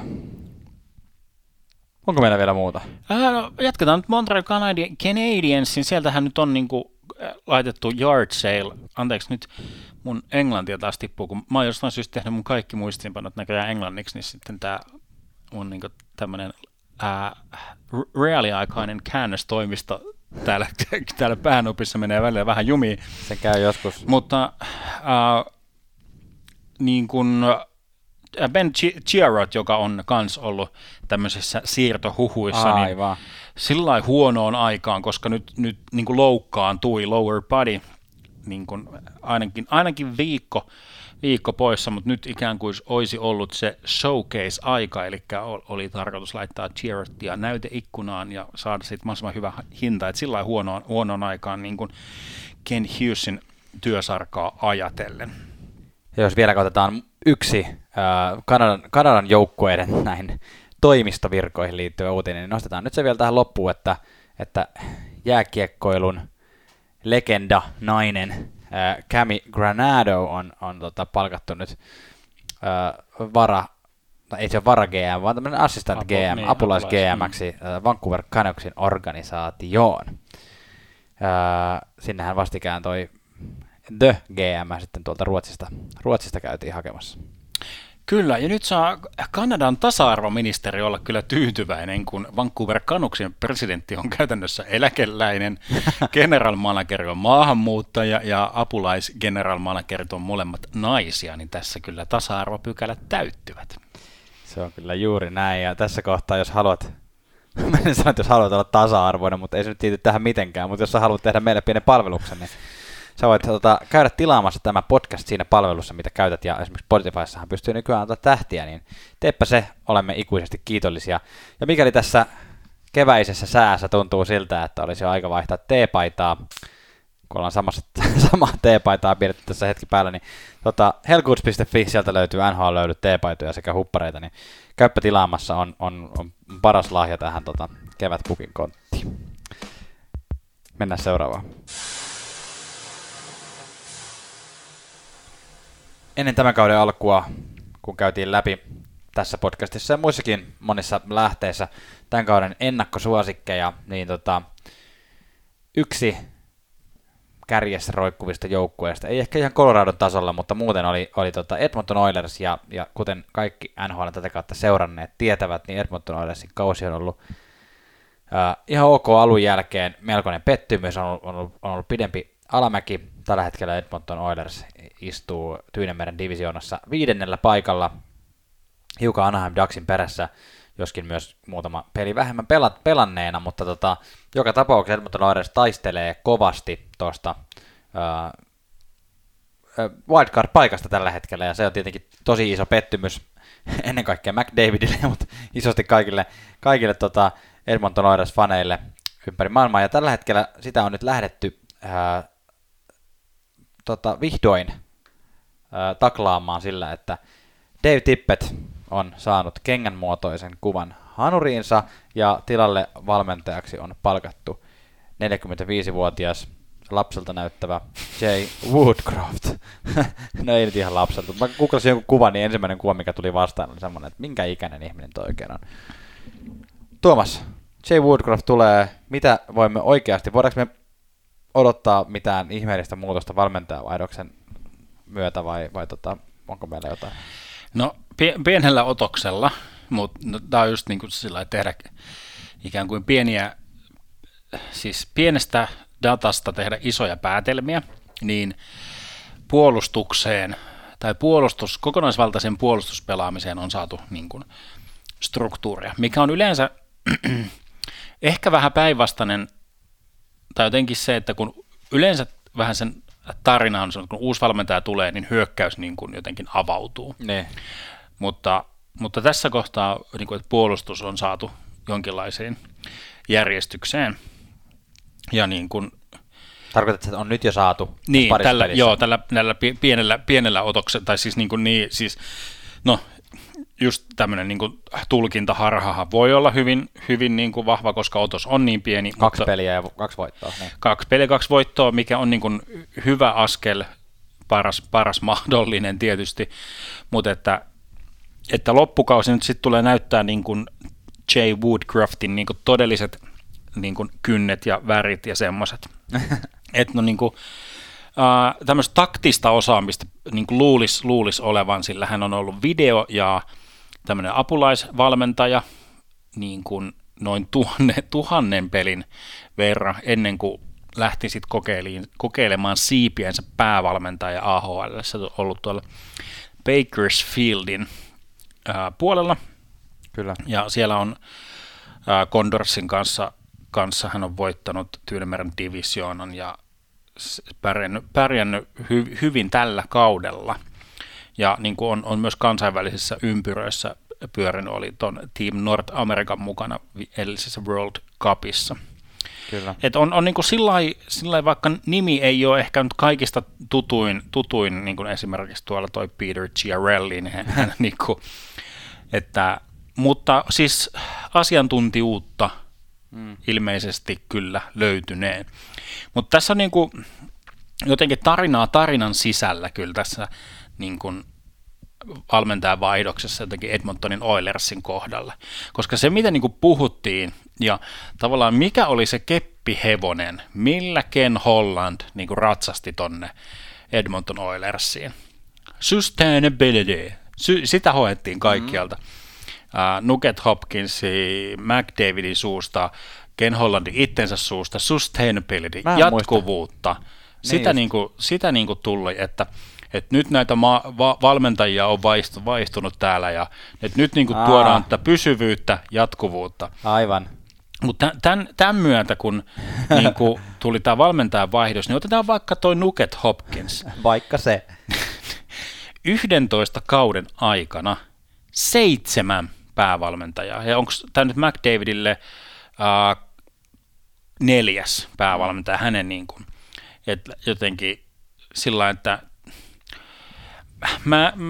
Onko meillä vielä muuta? No, jatketaan nyt Montreal Canadiensin. Sieltähän nyt on niinku laitettu yard sale. Anteeksi, nyt mun englantia taas tippuu, kun mä oon jostain syystä tehnyt mun kaikki muistiinpanot näköjään englanniksi, niin sitten tää on niinku tämmönen reaaliaikainen käännöstoimisto täällä päänupissa menee välillä vähän jumiin. Se käy joskus. Mutta niin kuin Ben Chirot, joka on kans ollut tämmöisissä siirtohuhuissa, niin sillä huonoon aikaan, koska nyt niin kuin loukkaantui lower body, niin kuin ainakin viikko poissa, mutta nyt ikään kuin olisi ollut se showcase-aika, eli oli tarkoitus laittaa Chirottia näyteikkunaan ja saada siitä mahdollisimman hyvä hinta, että sillä huonoon aikaan niin kuin Ken Hughesin työsarkaa ajatellen. Ja jos vielä otetaan yksi Kanadan joukkueiden näihin toimistovirkoihin liittyvä uutinen, niin nostetaan nyt se vielä tähän loppuun, että jääkiekkoilun legenda nainen Cami Granado on palkattu nyt ei se ole vara GM, vaan tämmöinen assistant GM, niin, apulais GM:ksi Vancouver Canucksin organisaatioon. Sinnehän vastikään toi The GM sitten tuolta Ruotsista käytiin hakemassa. Kyllä, ja nyt saa Kanadan tasa-arvoministeri olla kyllä tyytyväinen, kun Vancouver Canucksin presidentti on käytännössä eläkeläinen, general manager on maahanmuuttaja ja apulais-general managerit on molemmat naisia, niin tässä kyllä tasa-arvopykälät täyttyvät. Se on kyllä juuri näin, ja tässä kohtaa, jos haluat olla tasa-arvoinen, mutta ei se nyt liity tähän mitenkään, mutta jos sä haluat tehdä meille pienen palveluksen, niin sä voit käydä tilaamassa tämä podcast siinä palvelussa, mitä käytät, ja esimerkiksi Spotifyssahan pystyy nykyään antaa tähtiä, niin teepä se, olemme ikuisesti kiitollisia. Ja mikäli tässä keväisessä säässä tuntuu siltä, että olisi jo aika vaihtaa teepaitaa, kun ollaan samaa teepaitaa pidetty tässä hetki päällä, niin hellgoods.fi, sieltä löytyy NHL-löydyt teepaitoja sekä huppareita, niin käyppä tilaamassa on paras lahja tähän kevätpukin konttiin. Mennään seuraavaan. Ennen tämän kauden alkua, kun käytiin läpi tässä podcastissa ja muissakin monissa lähteissä tämän kauden ennakkosuosikkeja, niin yksi kärjessä roikkuvista joukkueista, ei ehkä ihan Coloradon tasolla, mutta muuten oli Edmonton Oilers, ja kuten kaikki NHL tätä kautta seuranneet tietävät, niin Edmonton Oilersin kausi on ollut ihan ok alun jälkeen, melkoinen pettymys, on ollut pidempi alamäki. Tällä hetkellä Edmonton Oilers istuu Tyynenmeren divisioonassa 5. paikalla, hiukan Anaheim Ducksin perässä, joskin myös muutama peli vähemmän pelanneena, mutta joka tapauksessa Edmonton Oilers taistelee kovasti tuosta wildcard-paikasta tällä hetkellä, ja se on tietenkin tosi iso pettymys ennen kaikkea McDavidille, mutta isosti kaikille Edmonton Oilers-faneille ympäri maailmaa, ja tällä hetkellä sitä on nyt lähdetty vihdoin taklaamaan sillä, että Dave Tippett on saanut kengänmuotoisen kuvan hanuriinsa ja tilalle valmentajaksi on palkattu 45-vuotias lapselta näyttävä Jay Woodcroft. No ei nyt ihan lapselta, mutta mä googlasin jonkun kuvan, niin ensimmäinen kuva, mikä tuli vastaan, oli semmoinen, että minkä ikäinen ihminen toi oikein on. Tuomas, Jay Woodcroft tulee, mitä voimme oikeasti, voidaanko me odottaa mitään ihmeellistä muutosta valmentajavaihdoksen myötä vai onko meillä jotain? No pienellä otoksella, mutta tämä on just niin kuin sillä tehdä ikään kuin pienestä datasta tehdä isoja päätelmiä, niin puolustukseen tai kokonaisvaltaisen puolustuspelaamiseen on saatu niin kuin struktuuria, mikä on yleensä ehkä vähän päinvastainen, tai jotenkin se, että kun yleensä vähän sen tarina on, kun uusi valmentaja tulee, niin hyökkäys niin kuin jotenkin avautuu. Ne. Mutta tässä kohtaa niin kuin, että puolustus on saatu jonkinlaiseen järjestykseen. Ja niin kuin, tarkoitat, että on nyt jo saatu niin, tällä pienellä otoksella, tai siis, no, just tämmöinen niin kuin tulkintaharha voi olla hyvin, hyvin niin kuin vahva, koska otos on niin pieni. 2 peliä ja 2 voittoa. Niin. 2 peliä, 2 voittoa, mikä on niin kuin hyvä askel, paras mahdollinen tietysti, mutta että loppukausi nyt sitten tulee näyttää niin kuin Jay Woodcraftin niin kuin todelliset niin kuin kynnet ja värit ja semmoiset. Että no niin kuin tämmöistä taktista osaamista niin kuin luulisi olevan, sillä hän on ollut video- ja tämmöinen apulaisvalmentaja niin kuin noin 1000 pelin verran ennen kuin lähti sitten kokeilemaan siipiensä päävalmentaja AHL. Se on ollut tuolla Bakersfieldin puolella. Kyllä. Ja siellä on Condorsin kanssa hän on voittanut Tyynemeren divisioonan ja pärjännyt hyvin tällä kaudella. Ja niin kuin on myös kansainvälisissä ympyröissä pyörinyt, oli tuon Team North American mukana edellisessä World Cupissa. Kyllä. Et on niin kuin sillai, vaikka nimi ei ole ehkä nyt kaikista tutuin niin kuin esimerkiksi tuolla toi Peter Chiarelli, niin hän niin kuin, mutta siis asiantuntijuutta ilmeisesti kyllä löytyneen. Mutta tässä on niin kuin jotenkin tarinan sisällä kyllä tässä niin kuin valmentajan vaihdoksessa jotenkin Edmontonin Oilersin kohdalla. Koska se, mitä niin kuin puhuttiin ja tavallaan mikä oli se keppihevonen, millä Ken Holland niin kuin ratsasti tonne Edmonton Oilersiin. Sustainability. Sitä hoettiin kaikkialta. Nugget Hopkinsin, McDavidin suusta, Ken Hollandin itsensä suusta, sustainability, jatkuvuutta. Sitä niin kuin tuli, että nyt näitä valmentajia on vaihtunut täällä ja että nyt niin kuin tuodaan tätä pysyvyyttä, jatkuvuutta. Aivan. Mutta tämän myötä, kun niin kuin tuli tämä valmentajan vaihdos, niin otetaan vaikka toi Nugget Hopkins. Vaikka se. 11 kauden aikana 7 päävalmentajaa. Ja onko tämä nyt McDavidille 4. päävalmentaja hänen niin kuin, että jotenkin sillä että mä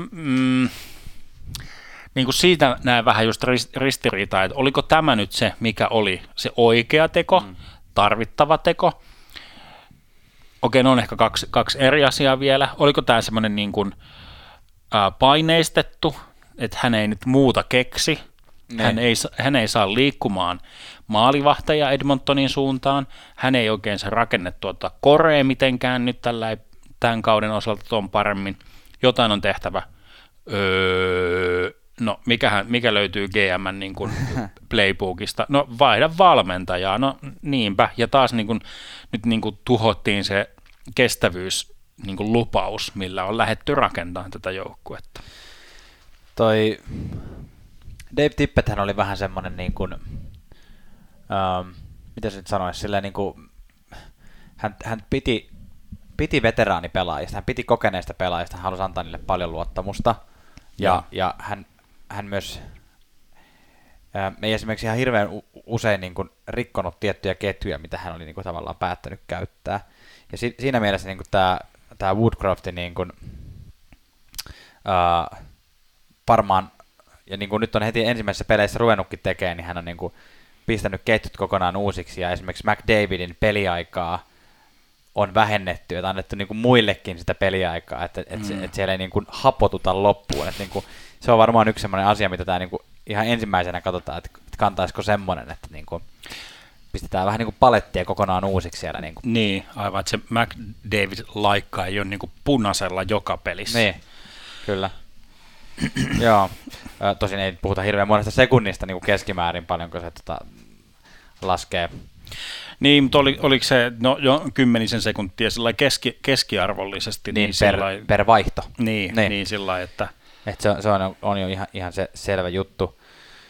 niin kuin siitä näen vähän just ristiriitaa, että oliko tämä nyt se, mikä oli se oikea teko, tarvittava teko. Okei, ne on ehkä kaksi eri asiaa vielä. Oliko tämä semmoinen niin kuin paineistettu, että hän ei nyt muuta keksi, hän ei saa liikkumaan maalivahtaja Edmontonin suuntaan, hän ei oikein se rakenne tuota korea mitenkään nyt tämän kauden osalta tuon paremmin, jotain on tehtävä. No, mikä löytyy GM:n niin kuin playbookista? No, vaihda valmentajaa, no niinpä, ja taas niin kuin, nyt niin kuin tuhottiin se kestävyys niin kuin lupaus, millä on lähdetty rakentamaan tätä joukkuetta. Toi Dave Tippethän oli vähän semmoinen niin kuin, mitä se nyt sanoisi, silleen niin kuin, hän piti veteraanipelaajista, hän piti kokeneista pelaajista, hän halusi antaa niille paljon luottamusta, ja hän myös ei esimerkiksi ihan hirveän usein niin kuin rikkonut tiettyjä ketjuja, mitä hän oli niin kuin tavallaan päättänyt käyttää. Ja siinä mielessä niin kuin tämä Woodcraftin niin kuin, varmaan, ja niin kuin nyt on heti ensimmäisessä peleissä ruvennutkin tekemään, niin hän on niin kuin pistänyt ketjut kokonaan uusiksi, ja esimerkiksi McDavidin peliaikaa on vähennetty, että annettu niin kuin muillekin sitä peliaikaa, että siellä ei niin kuin hapotuta loppuun. Että niin kuin, se on varmaan yksi sellainen asia, mitä tämä niin kuin ihan ensimmäisenä katsotaan, että kantaisiko semmoinen, että niin kuin pistetään vähän niin kuin palettia kokonaan uusiksi siellä. Niin, niin aivan, että se McDavid-laikka ei ole niin kuin punaisella joka pelissä. Niin, kyllä. Joo, tosin ei puhuta hirveän monesta sekunnista niin kuin keskimäärin paljonko se laskee. Niin, mutta oliko se jo 10 sekuntia keskiarvollisesti? Niin per vaihto. Niin sillä lailla, että se on jo ihan se selvä juttu.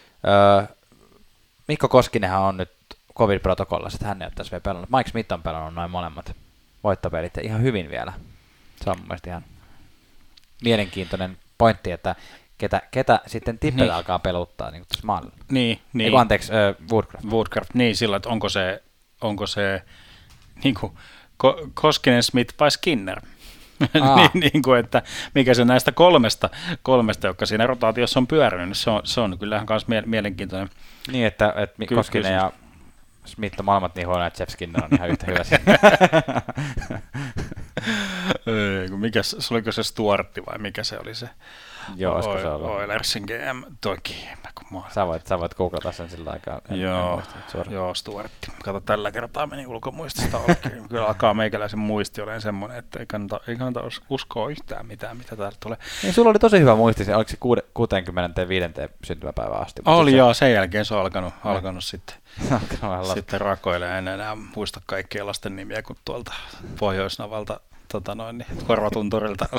Mikko Koskinenhan on nyt COVID-protokollassa, että hän ei ole tässä vielä pelannut. Mike Smith on pelannut noin molemmat voittopelit ja ihan hyvin vielä. Se on mun mielestä ihan mielenkiintoinen pointti, että ketä sitten Tippet alkaa peluttaa niin tässä maalla. Niin. Anteeksi, Woodcraft, niin sillä, että onko se niin kuin Koskinen, Smith vai Skinner? niin kuin, että mikä se näistä kolmesta, jotka siinä rotaatiossa on pyörinyt, niin se on kyllähän myös mielenkiintoinen. Niin, että Koskinen ja Smith on molemmat niin huonoja, että Jeff Skinner on ihan yhtä hyvä. Oliko se Stuartti vai mikä se oli se? Joo, olisiko se ollut? Oilersin GM, toi GM, kun Sä voit googlata sen sillä aikaa. Joo, Stuartti. Kato, tällä kertaa meni ulkomuistista oikein. Kyllä alkaa meikäläisen muisti olemaan semmoinen, että ei kannata uskoa yhtään mitään, mitä täältä tulee. Niin, sulla oli tosi hyvä muisti, oliko se 65. syntymäpäivään asti? Oli joo, sen jälkeen se on alkanut sitten rakoilemaan. En enää muista kaikkia lasten nimiä, kun tuolta Pohjoisnavalta Korvatunturilta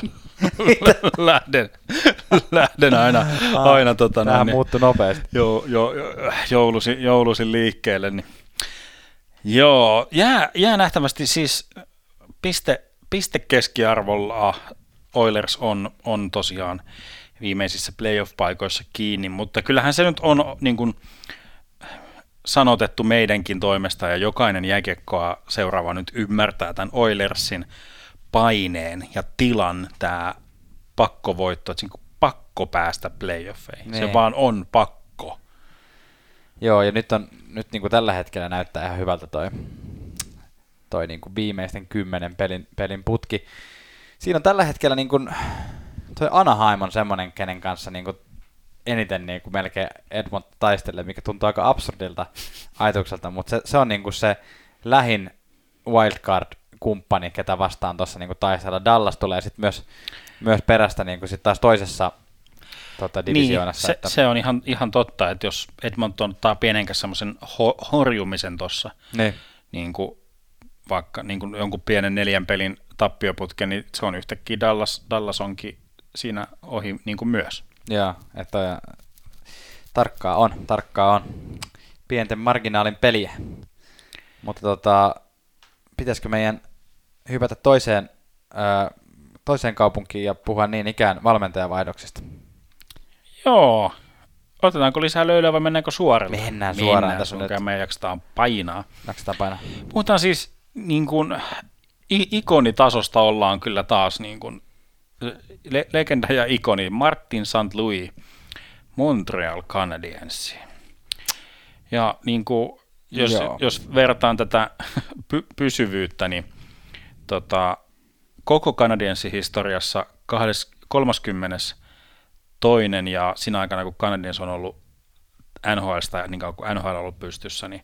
lähden aina Tämähän muuttui nopeasti. Joulusin liikkeelle. Niin. Joo, jää nähtävästi siis pistekeskiarvolla Oilers on tosiaan viimeisissä playoff-paikoissa kiinni, mutta kyllähän se nyt on niin kuin sanotettu meidänkin toimesta, ja jokainen jääkiekkoa seuraava nyt ymmärtää tämän Oilersin paineen ja tilan, tämä pakkovoitto, että pakko päästä playoffeihin. Se vaan on pakko. Joo, ja nyt niin kuin tällä hetkellä näyttää ihan hyvältä toi niin kuin viimeisten 10 pelin putki. Siinä on tällä hetkellä niin kuin, toi Anaheim on semmoinen, kenen kanssa niin kuin eniten niin kuin melkein Edmonton taistelee, mikä tuntuu aika absurdilta ajatukselta, mutta se on niin kuin se lähin wildcard-kumppani, ketä vastaan tuossa niin taistella. Dallas tulee sitten myös perästä niin kuin sit taas toisessa divisioonassa. Niin, se on ihan totta, että jos Edmonton ottaa pienenkäs semmoisen horjumisen tuossa, niin kuin vaikka niin kuin jonkun pienen 4 pelin tappioputken, niin se on yhtäkkiä Dallas onkin siinä ohi niin kuin myös. Joo, että tarkkaa on. Pienten marginaalin peliä. Mutta pitäisikö meidän hypätä toiseen kaupunkiin ja puhua niin ikään valmentajavaihdoksista? Joo. Otetaanko lisää löylyä vai mennäänkö suoraan? Mennään suoraan. Tässä on nyt. Me jaksetaan painaa. Puhutaan siis niin kuin ikonitasosta ollaan kyllä taas niin kuin legenda ja ikoni Martin St. Louis, Montreal Canadiens. Ja niin kuin, jos vertaan tätä pysyvyyttä, niin koko Canadiensin historiassa 32. ja siinä aikana, kun Canadiens on ollut NHL:stä, niin kauan kuin NHL on ollut pystyssä, niin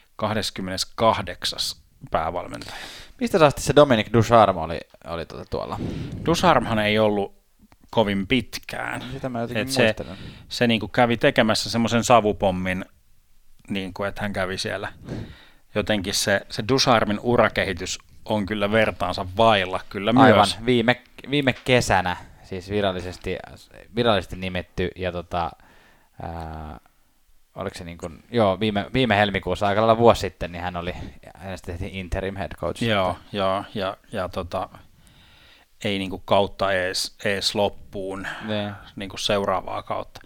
28. päävalmentaja. Mistä asti se Dominic Ducharme oli tuolla? Ducharmehan ei ollut kovin pitkään. Sitä mä jotenkin muistelen. Se niin kuin kävi tekemässä semmoisen savupommin, niin kuin, että hän kävi siellä. Jotenkin se Ducharmen urakehitys on kyllä vertaansa vailla. Kyllä myös. Aivan, viime kesänä siis virallisesti nimetty ja oliko se niin kuin, viime helmikuussa aika lailla vuosi sitten, niin hänestä tehtiin interim head coach. Joo, ja ei niin kuin kautta ees loppuun niin kuin seuraavaa kautta.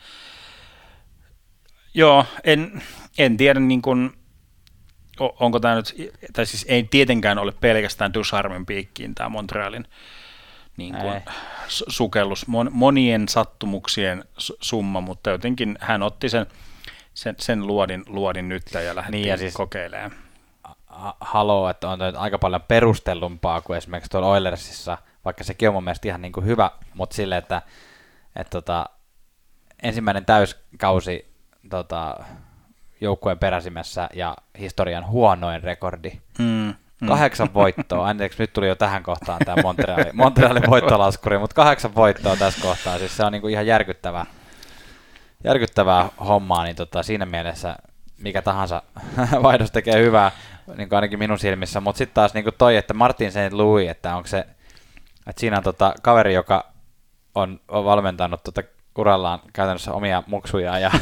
Joo, en tiedä niin kuin, onko tämä nyt, tai siis ei tietenkään ole pelkästään Ducharmen piikkiin tämä Montrealin niin kuin sukellus, monien sattumuksien summa, mutta jotenkin hän otti sen luodin nyt ja lähdettiin siis kokeilemaan. Että on aika paljon perustellumpaa kuin esimerkiksi tuolla Oilersissa, vaikka sekin on mun mielestä ihan niin kuin hyvä, mutta silleen, että ensimmäinen täyskausi joukkueen peräsimessä ja historian huonoin rekordi. 8 voittoa, anteeksi, nyt tuli jo tähän kohtaan tämä Montrealin voittolaskuri, mutta 8 voittoa tässä kohtaa, siis se on niin kuin ihan järkyttävää hommaa, niin siinä mielessä mikä tahansa vaihdos tekee hyvää, niin kuin ainakin minun silmissä, mutta sitten taas niin kuin toi, että Martin St. Louis, että onko se, että siinä on kaveri, joka on valmentanut urallaan käytännössä omia muksuja ja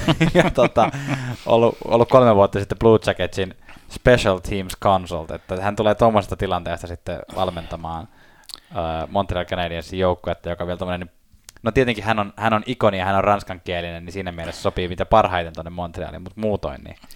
ollut 3 vuotta sitten Blue Jacketsin Special Teams Consult, että hän tulee tuommoisesta tilanteesta sitten valmentamaan Montreal Canadiensin joukkuetta, joka on vielä tommoinen, no tietenkin hän on ikoni ja hän on ranskankielinen, niin siinä mielessä sopii mitä parhaiten tuonne Montrealiin, mutta muutoin niin.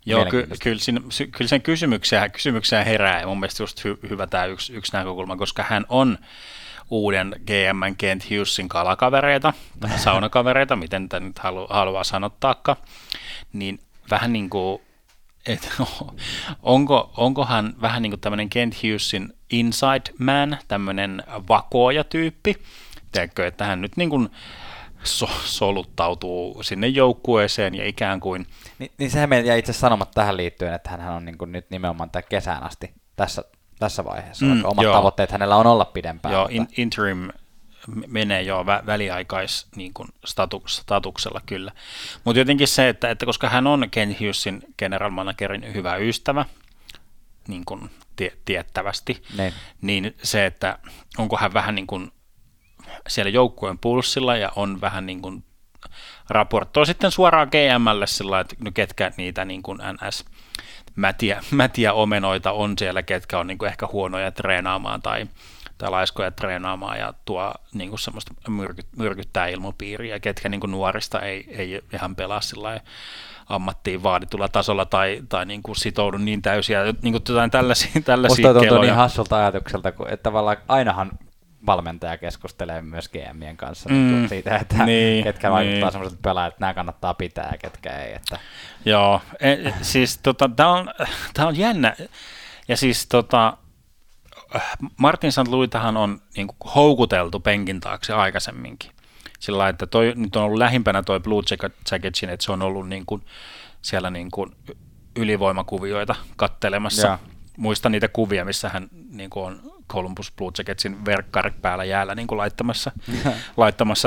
Joo, kyllä sen kysymyksiä herää, ja mun mielestä just hyvä tämä yksi näkökulma, koska hän on uuden GM Kent Hughesin kalakavereita, tai saunakavereita, miten tämä nyt haluaa sanottaakaan, niin vähän niin kuin, että onkohan vähän niin kuin tämmöinen Kent Hughesin inside man, tämmöinen vakooja-tyyppi, tiedätkö, että hän nyt niin kuin soluttautuu sinne joukkueeseen ja ikään kuin... Niin sehän meidän jäi itse asiassa sanomatta tähän liittyen, että hän on niin kuin nyt nimenomaan tämän kesään asti tässä vaiheessa, vaikka omat tavoitteet hänellä on olla pidempään. Joo, interim menee jo väliaikais niin kuin statuksella kyllä. Mutta jotenkin se, että koska hän on Ken Hughesin general managerin hyvä ystävä, niin kuin tiettävästi, niin se, että onko hän vähän niin kuin siellä joukkueen pulssilla ja on vähän niin kuin raportoi sitten suoraan GM:lle sillä, että no ketkä niitä niin kuin NS mätiä omenoita on siellä, ketkä on niin kuin ehkä huonoja treenaamaan tai laiskoja treenaamaan ja tuo niin kuin semmoista myrkyttää ilmapiiriä, ketkä niin kuin nuorista ei ihan pelaa sillä ammattiin vaaditulla tasolla tai niin kuin sitoudu niin täysiä, niin kuin jotain tällaisia musta tuntuu niin hassulta ajatukselta, että tavallaan ainahan valmentaja keskustelee myös GM:ien kanssa siitä, että ketkä vaikuttaa semmoiset pelaajat, että nämä kannattaa pitää ja ketkä ei. Että. Joo, siis tämä on jännä. Ja siis Martin St. Louistahan on niin kuin houkuteltu penkin taakse aikaisemminkin. Sillä lailla, että nyt on ollut lähimpänä toi Blue Jacketsin, että se on ollut niin kuin siellä niin kuin ylivoimakuvioita kattelemassa. Ja. Muistan niitä kuvia, missä hän niin kuin on Columbus Blue Jacketsin verkkarit päällä jäällä niin kuin laittamassa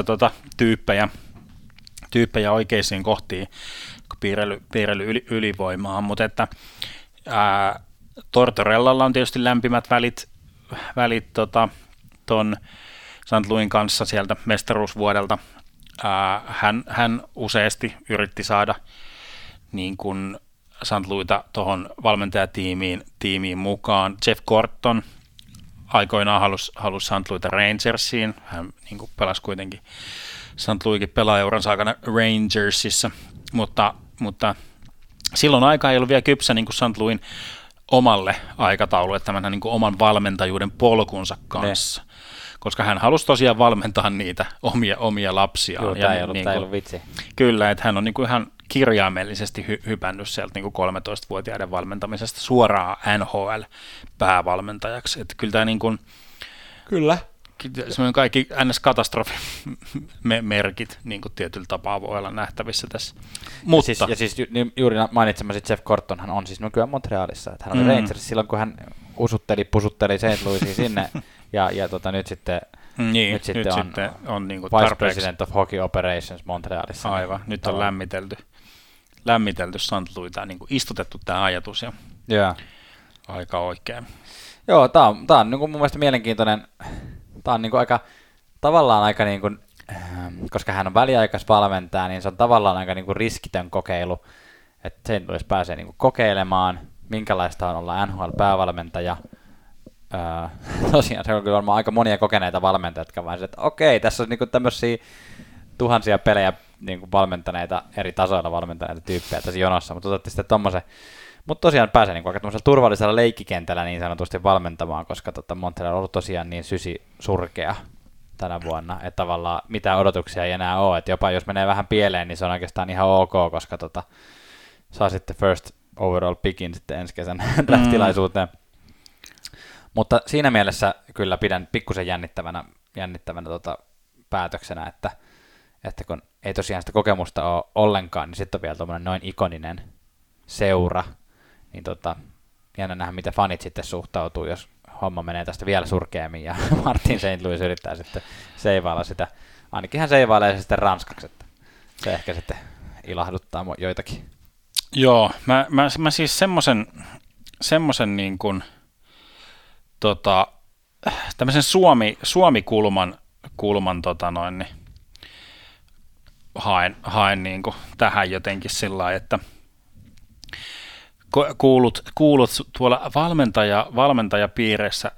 tyyppejä oikeisiin kohtiin, piirrellyt ylivoimaa, mutta että Tortorellalla on tietysti lämpimät välit ton St. Louisin kanssa sieltä mestaruusvuodelta. Hän useasti yritti saada niin kuin St. Louisita tuohon valmentajatiimiin mukaan. Jeff Gorton aikoinaan halusi St. Louisita Rangersiin. Hän niin kuin pelasi kuitenkin St. Louisin pelaajauransa aikana Rangersissa, mutta silloin aika ei ollut vielä kypsä niin kuin St. Louisin omalle aikataululle tämän niin kuin oman valmentajuuden polkunsa kanssa. Koska hän halusi tosiaan valmentaa niitä omia lapsiaan. Joo, tämä ei ollut vitsi. Kyllä, että hän on niin kuin ihan kirjaimellisesti hypännyt sieltä niin kuin 13-vuotiaiden valmentamisesta suoraan NHL-päävalmentajaksi. Että kyllä tämä niin kuin, semmoinen kaikki NS-katastrofimerkit niin kuin tietyllä tapaa voi olla nähtävissä tässä. Mutta. Siis juuri mainitsemasi Jeff Gortonhan on siis nykyään Montrealissa. Että hän oli Rangers silloin, kun hän pusutteli St. Louisia sinne. Ja nyt sitten, on niin kuin Vice tarpeeksi. President of Hockey Operations Montrealissa. Aivan, nyt on lämmitelty St. Louisita, niin kuin istutettu tämä ajatus ja aika oikein. Joo, tämä on niin kuin mun mielestä mielenkiintoinen, tämä on niin kuin tavallaan aika niin kuin, koska hän on väliaikaisvalmentaja, niin se on tavallaan aika niin kuin riskitön kokeilu, että St. Louis pääsee niin kuin kokeilemaan, minkälaista on olla NHL-päävalmentaja. Tosiaan se on kyllä varmaan aika monia kokeneita valmentajia, jotka vaan että okei, tässä on niinku tämmöisiä tuhansia pelejä niinku valmentaneita, eri tasoilla valmentaneita tyyppejä tässä jonossa, mutta otatte sitten tommosen. Mutta tosiaan pääsee niinku aika tämmöisellä turvallisella leikkikentällä niin sanotusti valmentamaan, koska Montreal on ollut tosiaan niin surkea tänä vuonna, että tavallaan mitään odotuksia ei enää ole, että jopa jos menee vähän pieleen, niin se on oikeastaan ihan ok, koska saa sitten first overall pickin sitten ensi kesän draft-tilaisuuteen. Mutta siinä mielessä kyllä pidän pikkusen jännittävänä päätöksenä, että kun ei tosiaan sitä kokemusta ole ollenkaan, niin sitten on vielä tuommoinen noin ikoninen seura, niin jännä nähdä, miten fanit sitten suhtautuu, jos homma menee tästä vielä surkeammin, ja Martin St. Louis yrittää sitten seivailla sitä, ainakin hän seivailee se sitten ranskaksi, että se ehkä sitten ilahduttaa joitakin. Joo, mä siis semmoisen niin kuin tämmöisen Suomi-kulman niin haen niin kuin tähän jotenkin sillä lailla, että kuulut tuolla valmentajapiireissä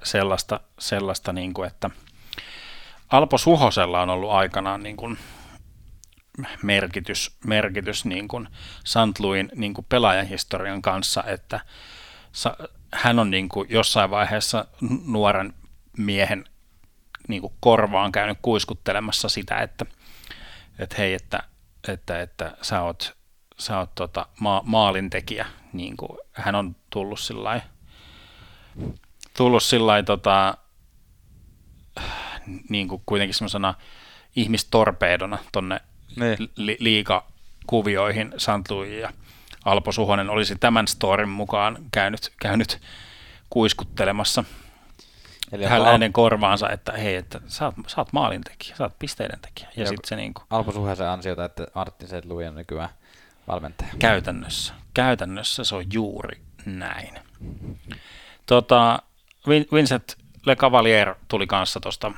sellaista niin kuin, että Alpo Suhosella on ollut aikanaan niin kuin merkitys niin kuin St. Louisin niin kuin pelaajahistorian kanssa, että hän on niin kuin jossain vaiheessa nuoren miehen niin kuin korvaan käynyt kuiskuttelemassa sitä, että hei, että sä oot maalintekijä, niin kuin hän on tullut sillai niin kuin kuitenkin semmoisena ihmistorpeedona tonne liigakuvioihin St. Louis, ja Alpo Suhonen olisi tämän storin mukaan käynyt kuiskuttelemassa Eli hänen korvaansa, että hei, että sä oot maalintekijä, sä oot pisteiden tekijä. Ja sitten se niinku Alpo Suhosen ansiota, että Martin St. Louis on nykyään valmentaja. Käytännössä se on juuri näin. Vincent Le Cavalier tuli kanssa tuosta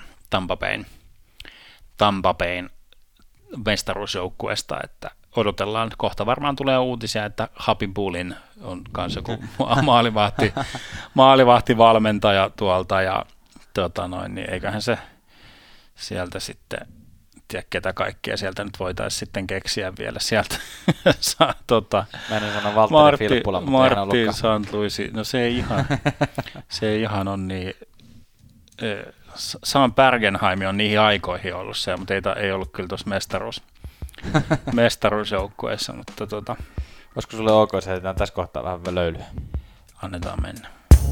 Tampa Bayn mestaruusjoukkueesta, että odotellaan, kohta varmaan tulee uutisia, että Happy Bullin on kanssa joku maalivahtivalmentaja tuolta, ja niin eiköhän se sieltä sitten, tiedä ketä kaikkea sieltä nyt voitaisiin sitten keksiä vielä sieltä. Mä en sano Valtteri Filppula, mutta Martin St. Louis, no se ei ihan on niin, Sam Bergenheim on niihin aikoihin ollut se, mutta ei ollut kyllä tuossa mestaruusjoukkueessa, mutta olisiko sulle ok, että heitetään tässä kohtaa vähän löylyä? Annetaan mennä.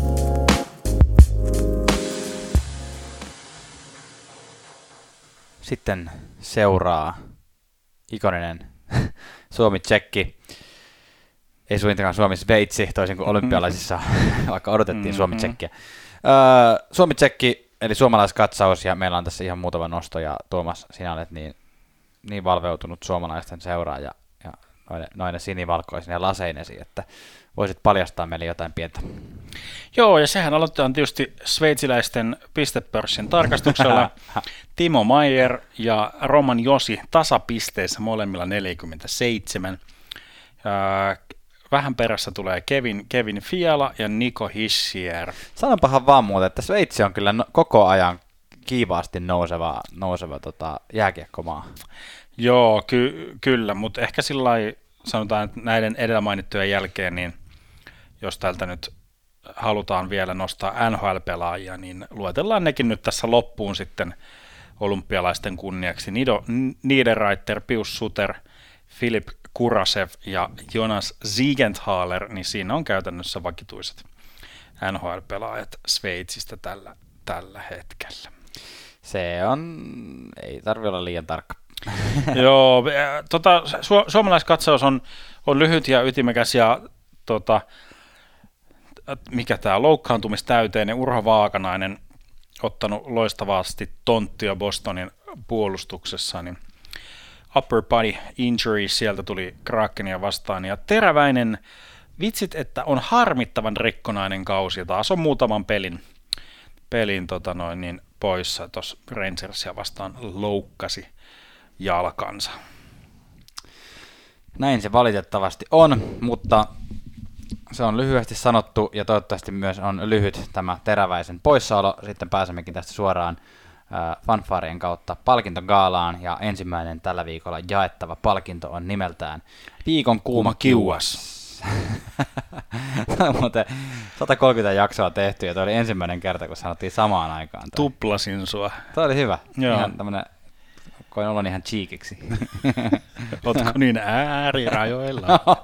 Sitten seuraa ikoninen Suomi-Tsekki. Ei suinkaan Suomi-Sveitsi, toisin kuin olympialaisissa, vaikka odotettiin Suomi-Tsekkiä. Suomi-Tsekki, eli suomalaiskatsaus, ja meillä on tässä ihan muutama nosto, ja Tuomas, sinä olet niin valveutunut suomalaisten seuraan ja noine sinivalkoisine laseinesi, että voisit paljastaa meille jotain pientä. Joo, ja sehän aloitetaan tietysti sveitsiläisten pistepörssin tarkastuksella. Timo Maier ja Roman Josi tasapisteissä molemmilla 47. Vähän perässä tulee Kevin Fiala ja Nico Hischier. Sanonpahan vaan muuten, että Sveitsi on kyllä koko ajan kiivaasti nouseva jääkiekkomaa. Joo, kyllä, mutta ehkä sillai sanotaan, että näiden edellä mainittujen jälkeen, niin jos täältä nyt halutaan vielä nostaa NHL-pelaajia, niin luetellaan nekin nyt tässä loppuun sitten olympialaisten kunniaksi. Niederreiter, Pius Suter, Filip Kurasev ja Jonas Siegenthaler, niin siinä on käytännössä vakituiset NHL-pelaajat Sveitsistä tällä hetkellä. Se on, ei tarvitse olla liian tarkka. Joo, suomalaiskatsaus on lyhyt ja ytimekäs, ja mikä tämä loukkaantumistäyteinen Urho Vaakanainen ottanut loistavasti tonttia Bostonin puolustuksessa, niin upper body injury, sieltä tuli Krakenia vastaan, ja teräväinen, vitsit, että on harmittavan rikkonainen kausi, ja taas on muutaman pelin niin poissa, tuossa Rangersia vastaan loukkasi jalkansa. Näin se valitettavasti on, mutta se on lyhyesti sanottu, ja toivottavasti myös on lyhyt tämä teräväisen poissaolo. Sitten pääsemmekin tästä suoraan fanfaarien kautta palkintogaalaan, ja ensimmäinen tällä viikolla jaettava palkinto on nimeltään Viikon kuuma kiuas. Muuten 130 jaksoa tehty, ja toi oli ensimmäinen kerta, kun sanottiin samaan aikaan. Tuplasin sua. Toi oli hyvä. Joo. Ihan tämmönen, koin olon ihan cheekiksi. Ootko niin äärirajoilla?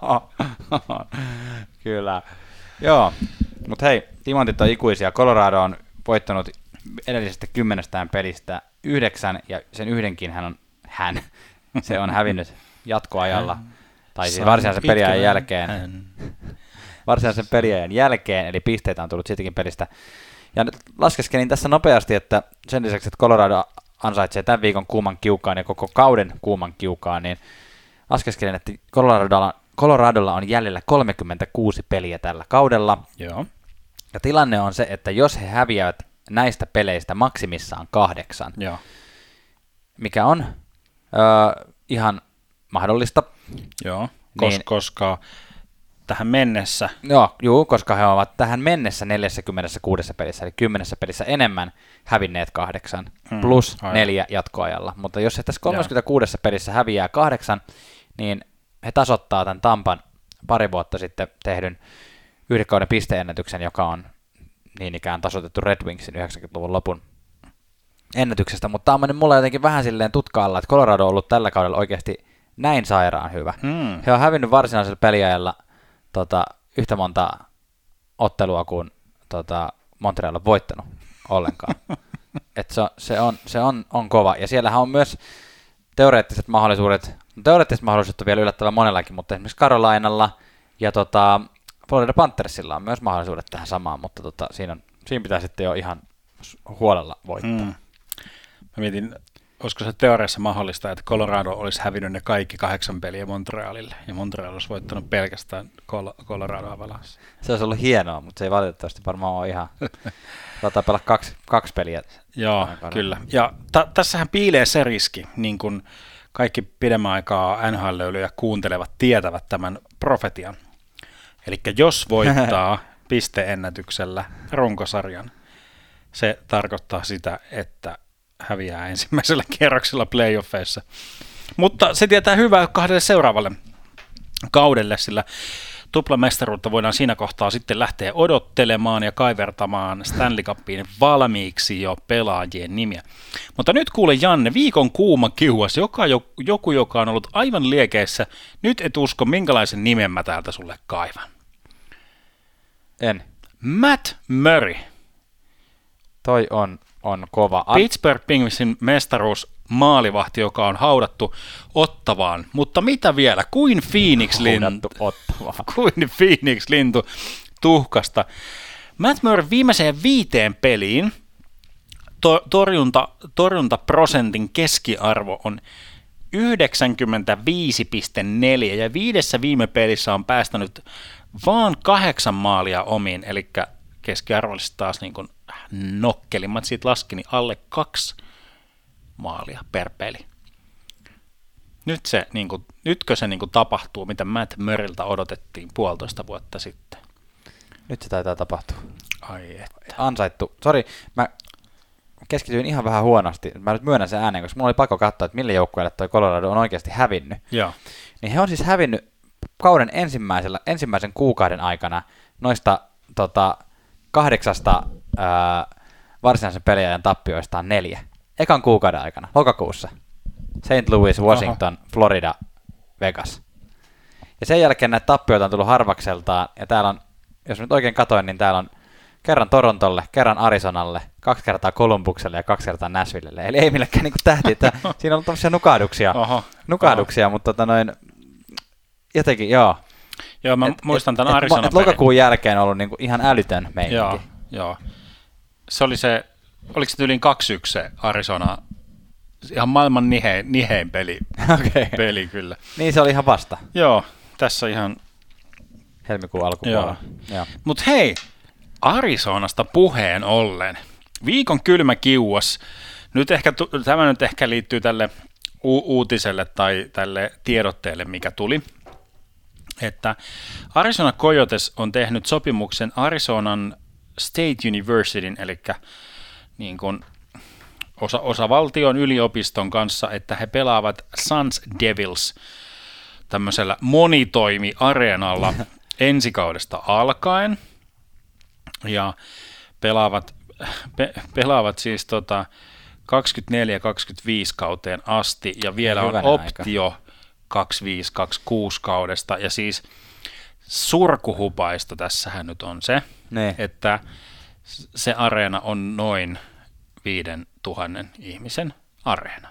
Kyllä. Joo, mutta hei, timantit on ikuisia. Colorado on voittanut edellisestä 10 pelistä 9, ja sen yhdenkin se on hävinnyt jatkoajalla. Tai siis varsinaisen peliajan jälkeen. Varsinaisen peliajan jälkeen, eli pisteitä on tullut siitäkin pelistä. Ja nyt laskeskelin tässä nopeasti, että sen lisäksi, että Colorado ansaitsee tämän viikon kuuman kiukaan ja koko kauden kuuman kiukaan, niin laskeskelin, että Coloradolla on jäljellä 36 peliä tällä kaudella. Joo. Ja tilanne on se, että jos he häviävät näistä peleistä maksimissaan 8, Joo. mikä on ihan mahdollista. Joo, niin, koska tähän mennessä. Joo, koska he ovat tähän mennessä 46 pelissä, eli 10 pelissä enemmän hävinneet 8, plus 4 jatkoajalla. Mutta jos he tässä 36 pelissä häviää 8, niin he tasoittaa tämän Tampan pari vuotta sitten tehdyn yhden kauden pisteennätyksen, joka on niin ikään tasoitettu Red Wingsin 90-luvun lopun ennätyksestä. Mutta tämä on mennyt mulle jotenkin vähän silleen tutka-alla, että Colorado on ollut tällä kaudella oikeasti näin sairaan hyvä. He on hävinnyt varsinaisella peliajalla yhtä monta ottelua kuin Montreal on voittanut ollenkaan. Et se on kova. Ja siellähän on myös teoreettiset mahdollisuudet on vielä yllättävän monellakin, mutta esimerkiksi Carolinalla ja Florida Panthersilla on myös mahdollisuudet tähän samaan, mutta siinä pitää sitten jo ihan huolella voittaa. Mä mietin, olisiko se teoriassa mahdollista, että Colorado olisi hävinnyt ne kaikki 8 peliä Montrealille, ja Montreal olisi voittanut pelkästään Colorado Avalanche. Se olisi ollut hienoa, mutta se ei valitettavasti varmaan ole ihan... Saattaa pelaa kaksi peliä. Joo, kyllä. Ja tässähän piilee se riski, niin kuin kaikki pidemmän aikaa NHL-löylyjä kuuntelevat tietävät tämän profetian. Eli jos voittaa pisteennätyksellä runkosarjan, se tarkoittaa sitä, että häviää ensimmäisellä kierroksella playoffeissa. Mutta se tietää hyvää kahdelle seuraavalle kaudelle, sillä tuplamestaruutta voidaan siinä kohtaa sitten lähteä odottelemaan ja kaivertamaan Stanley Cupiin valmiiksi jo pelaajien nimiä. Mutta nyt kuule Janne, viikon kuuma kiuas, joku joka on ollut aivan liekeissä. Nyt et usko, minkälaisen nimen mä täältä sulle kaivan. En. Matt Murray. Toi on kova. Pittsburgh Penguinsin mestaruus maalivahti, joka on haudattu Ottavaan. Mutta mitä vielä? Kuin Phoenix lintu tuhkasta. Matt Murray viimeiseen 5 peliin torjuntaprosentin keskiarvo on 95,4 ja 5 viime pelissä on päästänyt vaan 8 maalia omiin, eli keskiarvollisesti taas niin kuin nokkelimmat, siitä laski niin alle 2 maalia per peli. Nytkö se niin kuin tapahtuu, mitä Matt Murraylta odotettiin 1,5 vuotta sitten? Nyt se taitaa tapahtua. Ai että. Ansaittu. Sori, mä keskityin ihan vähän huonosti. Mä nyt myönnän sen ääneen, koska mulla oli pakko katsoa, että mille joukkueelle toi Colorado on oikeasti hävinnyt. Joo. Niin he on siis hävinnyt kauden ensimmäisen kuukauden aikana noista 8 varsinaisen peliajan tappioistaan 4. Ekan kuukauden aikana, lokakuussa. St. Louis, Washington, Florida, Vegas. Ja sen jälkeen näitä tappioita on tullut harvakseltaan, ja täällä on, jos nyt oikein katoin, niin täällä on kerran Torontolle, kerran Arizonalle, 2 kertaa Columbukselle ja 2 kertaa Nashvillelle. Eli ei millekään niin tähti, siinä on tämmöisiä nukahduksia, mutta jotenkin, joo. Joo, mä muistan tämän Arizonan pelin. Lokakuun jälkeen on ollut niin kuin ihan älytön meininki. Joo. Se oli oliko se yli 2-1 se Arizona? Ihan maailman nihein peli, okay. Peli kyllä. Niin se oli ihan vasta. Joo, tässä ihan... Helmikuun alkupuolella. Mutta hei, Arizonasta puheen ollen. Viikon kylmä kiuas. Tämä nyt ehkä liittyy tälle uutiselle tai tälle tiedotteelle, mikä tuli. Että Arizona Coyotes on tehnyt sopimuksen Arizonan State Universityn, eli niin kuin osa valtion yliopiston kanssa, että he pelaavat Suns Devils tämmöisellä monitoimi-areenalla ensikaudesta alkaen, ja pelaavat siis 24-25 kauteen asti, ja vielä on optio 25-26 kaudesta, ja siis surkuhupaista tässähän nyt on se, että se areena on noin 5,000 ihmisen areena.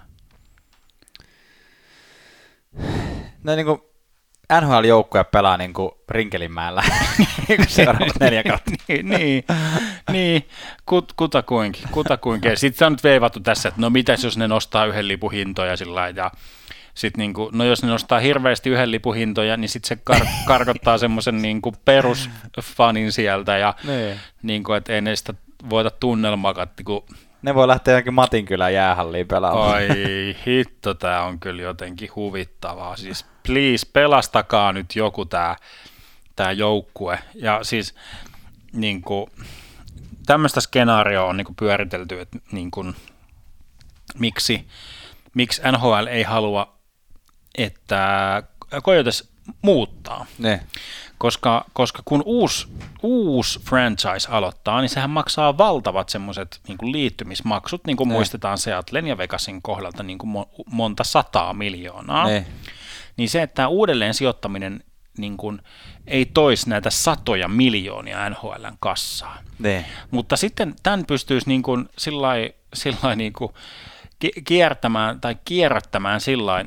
No niin kuin NHL-joukkoja pelaa niin kuin Rinkelinmäellä seuraavat 4 kautta. niin, kutakuinkin. Sitten se on nyt veivattu tässä, että no mitäs jos ne nostaa yhden lipun hintoja sillä lailla, ja sitten niinku, no jos ne nostaa hirveästi yhden lipun hintoja, niin sitten se karkottaa semmoisen niinku perusfanin sieltä, ja niinku, että ei ne sitä voita tunnelmaa, kun ne voi lähteä johonkin Matinkylän jäähalliin pelaamaan. Ai hitto, tää on kyllä jotenkin huvittavaa. Siis please, pelastakaa nyt joku tää tämä joukkue. Ja siis niin kuin, tämmöistä skenaarioa on niin kuin pyöritelty, että niin kuin, miksi NHL ei halua, että Coyotes muuttaa. Ne. Koska kun uusi franchise aloittaa, niin sehän maksaa valtavat semmoiset niin kuin liittymismaksut, niin kuin muistetaan Seattlen ja Vegasin kohdalta niin kuin monta 100 miljoonaa. Niin se, että uudelleen sijoittaminen niin kuin ei toisi näitä satoja miljoonia NHL:n kassaan. Mutta sitten tämän pystyisi niin kuin sillai niin kuin kiertämään tai kierrättämään sillain,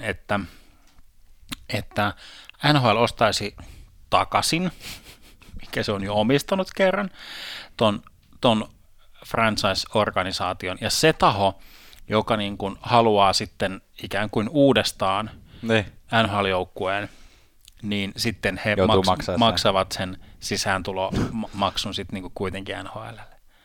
että NHL ostaisi takaisin, mikä se on jo omistanut kerran, ton franchise-organisaation, ja se taho, joka niin kuin haluaa sitten ikään kuin uudestaan NHL-joukkueen, niin sitten he maksavat sen sisääntulomaksun sitten niin kuin kuitenkin NHL:lle.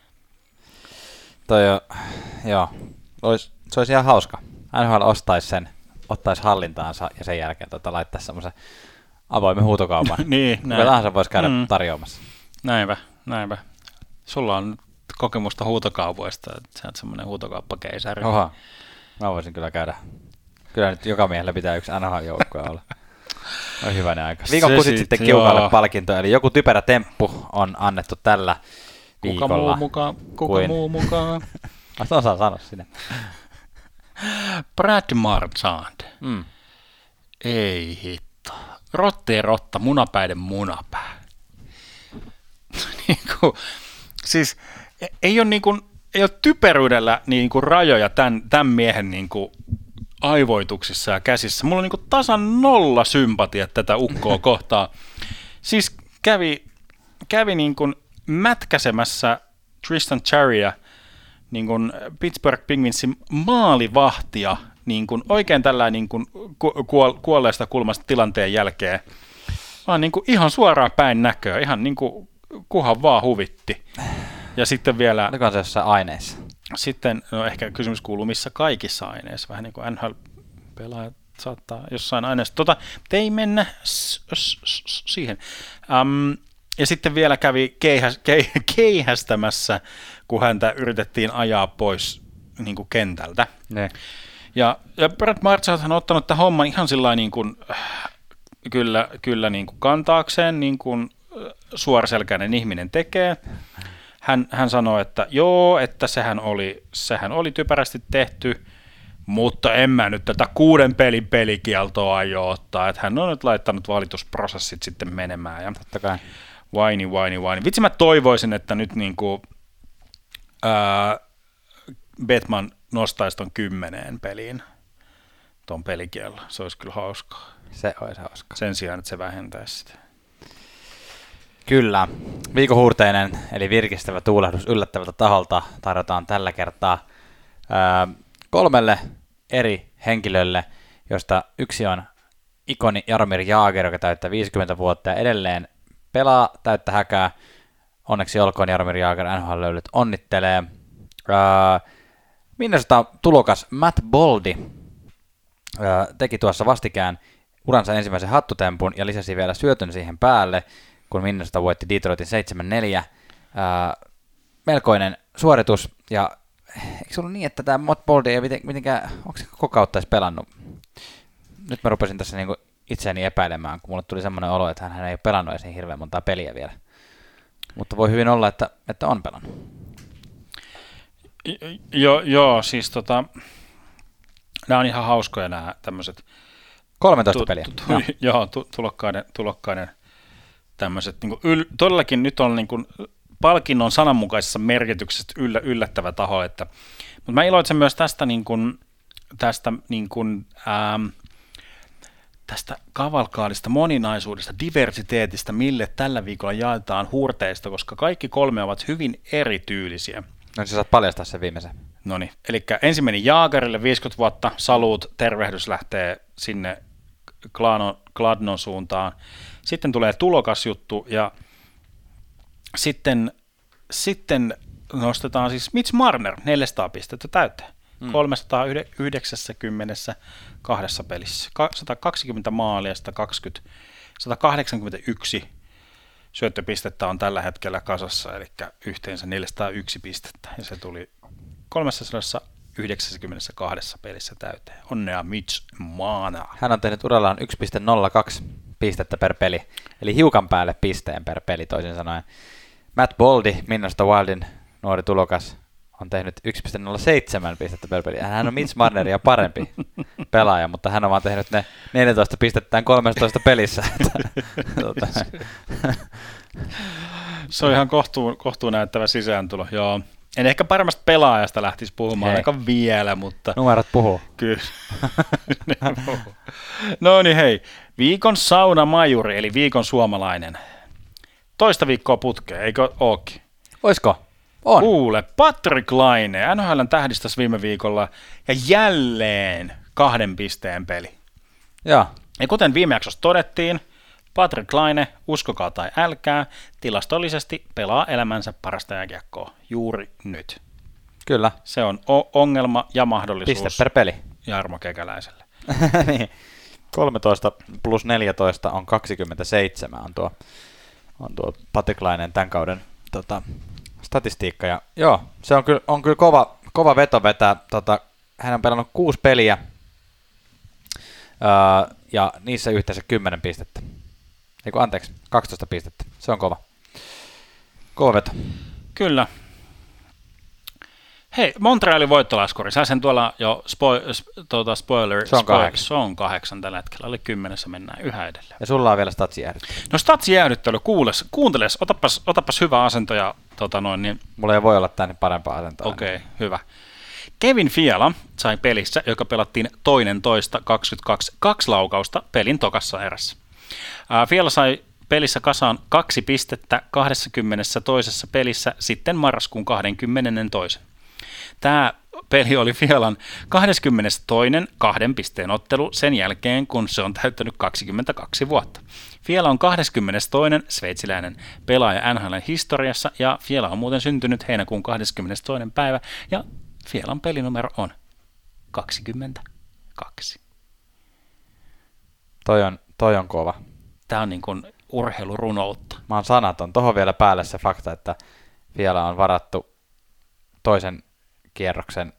Se olisi ihan hauska. NHL ottaisi hallintaansa ja sen jälkeen laittaisi semmoisen avoimen huutokaupan. Niin, kuka tahansa voisi käydä tarjoamassa. Näinpä. Sulla on kokemusta huutokaupoista, että sä oot semmoinen huutokauppakeisari. Oha, mä voisin kyllä käydä. Kyllä nyt joka miehellä pitää yksi NHL-joukkue olla. On hyvänä aika. Viikon kusit sitten Kiukalle palkinto, eli joku typerä temppu on annettu tällä viikolla. Kuka muu mukaan? Osaa sanoa sinne. Brad Marchand. Ei hitto. Rotteen rotta, munapäiden munapää. Siis ei ole typeryydellä rajoja tämän miehen aivoituksissa ja käsissä. Mulla on tasan 0 sympatia tätä ukkoa kohtaan. Siis kävi mätkäsemässä Tristan Cherrya, Pittsburgh Penguinsin maalivahtia, oikein tällainen kuolleesta kulmasta tilanteen jälkeen, vaan ihan suoraan päin näköä, ihan kuhan vaan huvitti. Ja sitten vielä... Oliko se jossain aineissa? Sitten, no ehkä kysymys kuuluu, missä kaikissa aineissa, vähän niin kuin NHL-pelaajat saattaa jossain aineessa. Ei mennä siihen. Ja sitten vielä kävi keihästämässä, kun häntä yritettiin ajaa pois kentältä. Ne. Ja Brad Marchand on ottanut tämän homman ihan sillain kyllä kantaakseen, suoraselkäinen ihminen tekee. Hän sanoi, että joo, että sehän oli typerästi tehty, mutta en mä nyt tätä 6 pelin pelikieltoa aio ottaa, että hän on nyt laittanut valitusprosessit sitten menemään. Ja totta kai. Vaini. Vitsi mä toivoisin, että nyt Bettman nostaisi ton 10 peliin ton pelikielon. Se olisi kyllä hauskaa. Se olisi hauskaa. Sen sijaan, että se vähentäisi sitä. Kyllä. Viikon huurteinen, eli virkistävä tuulahdus yllättävältä taholta tarjotaan tällä kertaa 3 eri henkilölle, josta yksi on ikoni Jaromir Jagr, joka täyttää 50 vuotta ja edelleen pelaa täyttä häkää. Onneksi olkoon Jaromir Jagr, NHL-löylyt onnittelee. Minnesota tulokas Matt Boldy teki tuossa vastikään uransa ensimmäisen hattutempun ja lisäsi vielä syötön siihen päälle, kun Minnesota voitti Detroitin 7-4. Melkoinen suoritus, ja eikö se ollut niin, että tämä Matt Boldy ei mitenkään, onko se koko kautta edes pelannut? Nyt mä rupesin tässä itseäni epäilemään, kun mulle tuli semmoinen olo, että hän ei ole pelannut edes niin hirveän montaa peliä vielä. Mutta voi hyvin olla, että on pelannut. Joo, siis nämä on ihan hauskoja nämä tämmöiset 13 peliä. Joo, tulokkaiden tämmöiset, todellakin nyt on palkinnon sananmukaisessa merkityksessä yllättävä taho, mutta mä iloitsen myös tästä kavalkaadista, moninaisuudesta, diversiteetistä, mille tällä viikolla jaetaan huurteista, koska kaikki 3 ovat hyvin erityylisiä. No sä saat paljastaa sen viimeisen. Noniin, eli ensimmäinen Jaagerille 50 vuotta, saluut, tervehdys lähtee sinne Gladnon suuntaan. Sitten tulee tulokasjuttu ja sitten nostetaan siis Mitch Marner 400 pistettä täyteen. 392 pelissä, 120 maalia, 181 syöttöpistettä on tällä hetkellä kasassa, eli yhteensä 401 pistettä, ja se tuli 392 pelissä täyteen. Onnea Mitch Marner. Hän on tehnyt urallaan 1,02 pistettä per peli, eli hiukan päälle pisteen per peli toisin sanoen. Matt Boldy, Minnesota Wildin nuori tulokas, on tehnyt 1,07 pistettä per peli. Hän on Mitch Marneria parempi pelaaja, mutta hän on vaan tehnyt ne 14 pistettään 13 pelissä. Se on ihan kohtuun näyttävä sisääntulo, joo. En ehkä paremmasta pelaajasta lähtisi puhumaan ainakaan vielä, mutta... Numerot puhuu. Kyllä. No niin hei, viikon saunamajuri, eli viikon suomalainen. Toista viikkoa putkeen, eikö ookin? Oisko? On. Kuule, Patrick Laine, NHL:n tähdistössä viime viikolla, ja jälleen 2 pisteen peli. Joo. Ja kuten viime jaksossa todettiin, Patrick Laine, uskokaa tai älkää, tilastollisesti pelaa elämänsä parasta jääkiekkoa juuri nyt. Kyllä. Se on ongelma ja mahdollisuus. Piste per peli. Jarmo Kekäläiselle. Niin. 13 plus 14 on 27 on tuo Patrick Laineen tämän kauden statistiikka. Ja, joo, se on kyllä kova veto vetää. Hän on pelannut 6 peliä ja niissä yhteensä 10 pistettä. 12 pistettä. Se on kova. Kova veto. Kyllä. Hei, Montrealin voittolaskuri. Sä sen tuolla jo spoiler. Se on 8. Se on 8 tällä hetkellä. Alle 10 mennään yhä edelleen. Ja sulla on vielä statsijäähdyttely. No statsijäähdyttely, kuunteles, otapas hyvä asento ja niin. Mulla ei voi olla tänne parempaa asentoa. Okei, hyvä. Kevin Fiala sai pelissä, joka pelattiin 2.2.22 2 laukausta pelin tokassa erässä. Fiala sai pelissä kasaan 2 pistettä 22 pelissä sitten marraskuun 22. Tämä peli oli Fialan 22. 2 pisteen ottelu sen jälkeen, kun se on täyttänyt 22 vuotta. Fiala on 22. sveitsiläinen pelaaja NHL:n historiassa, ja Fiala on muuten syntynyt heinäkuun 22. päivä, ja Fialan pelinumero on 22. Toi on kova. Tämä on niin kuin urheilurunoutta. Mä oon sanaton. Tuohon vielä päälle se fakta, että Fiala on varattu toisen kierroksen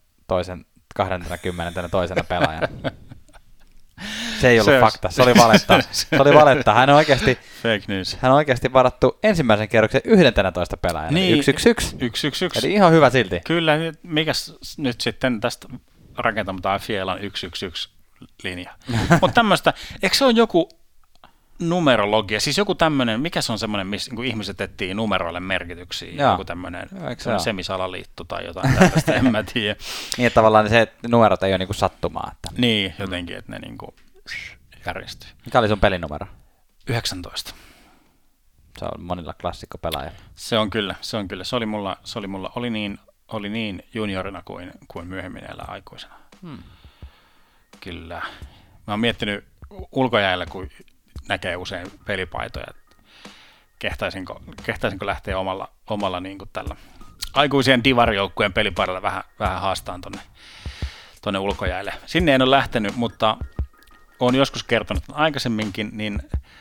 22. pelaajana. Se ei ollut fakta, se oli valetta. Se oli valetta. Hän on oikeasti, fake news. Hän on oikeasti varattu ensimmäisen kierroksen 11 pelaajana. Niin, 1-1-1. Eli ihan hyvä silti. Kyllä, mikäs nyt sitten tästä rakentamaan Fielan 1-1-1 linja. Mutta tämmöistä, eikö se ole joku numerologia, siis joku tämmöinen, mikä se on semmoinen, missä niin ihmiset etsii numeroille merkityksiä, joku tämmöinen semisalaliitto tai jotain tällaista, en mä tiedä. Niin, että tavallaan se, että numerot ei ole niinku sattumaa. Että... Niin, jotenkin, että ne niinku järjestyy. Mikä oli sun pelinumero? 19. Se on monilla klassikkopelaajilla. Se on kyllä. Se oli niin juniorina kuin myöhemmin elää aikuisena. Kyllä. Mä oon miettinyt ulkojäällä, kun näkee usein pelipaitoja, kehtaisinko lähteä omalla niin kuin tällä aikuisien divarijoukkueen pelipaidalla vähän haastaan tonne ulkojäälle. Sinne en ole lähtenyt, mutta olen joskus kertonut aikaisemminkin, niin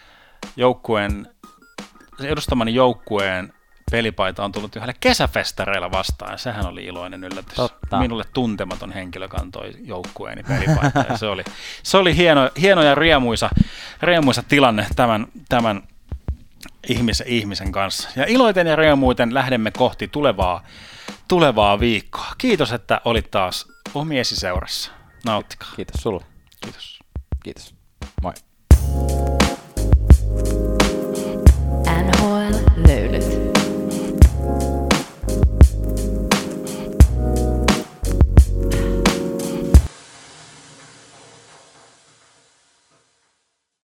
edustamani joukkueen pelipaita on tullut yhdellä kesäfestareilla vastaan, ja sehän oli iloinen yllätys. Totta. Minulle tuntematon henkilö kantoi joukkueeni pelipaita, ja se oli hieno ja riemuisa tilanne tämän ihmisen kanssa. Ja iloiten ja riemuiten lähdemme kohti tulevaa viikkoa. Kiitos, että olit taas omiesi seurassa. Nauttikaa. Kiitos sulle. Kiitos. Kiitos. Moi.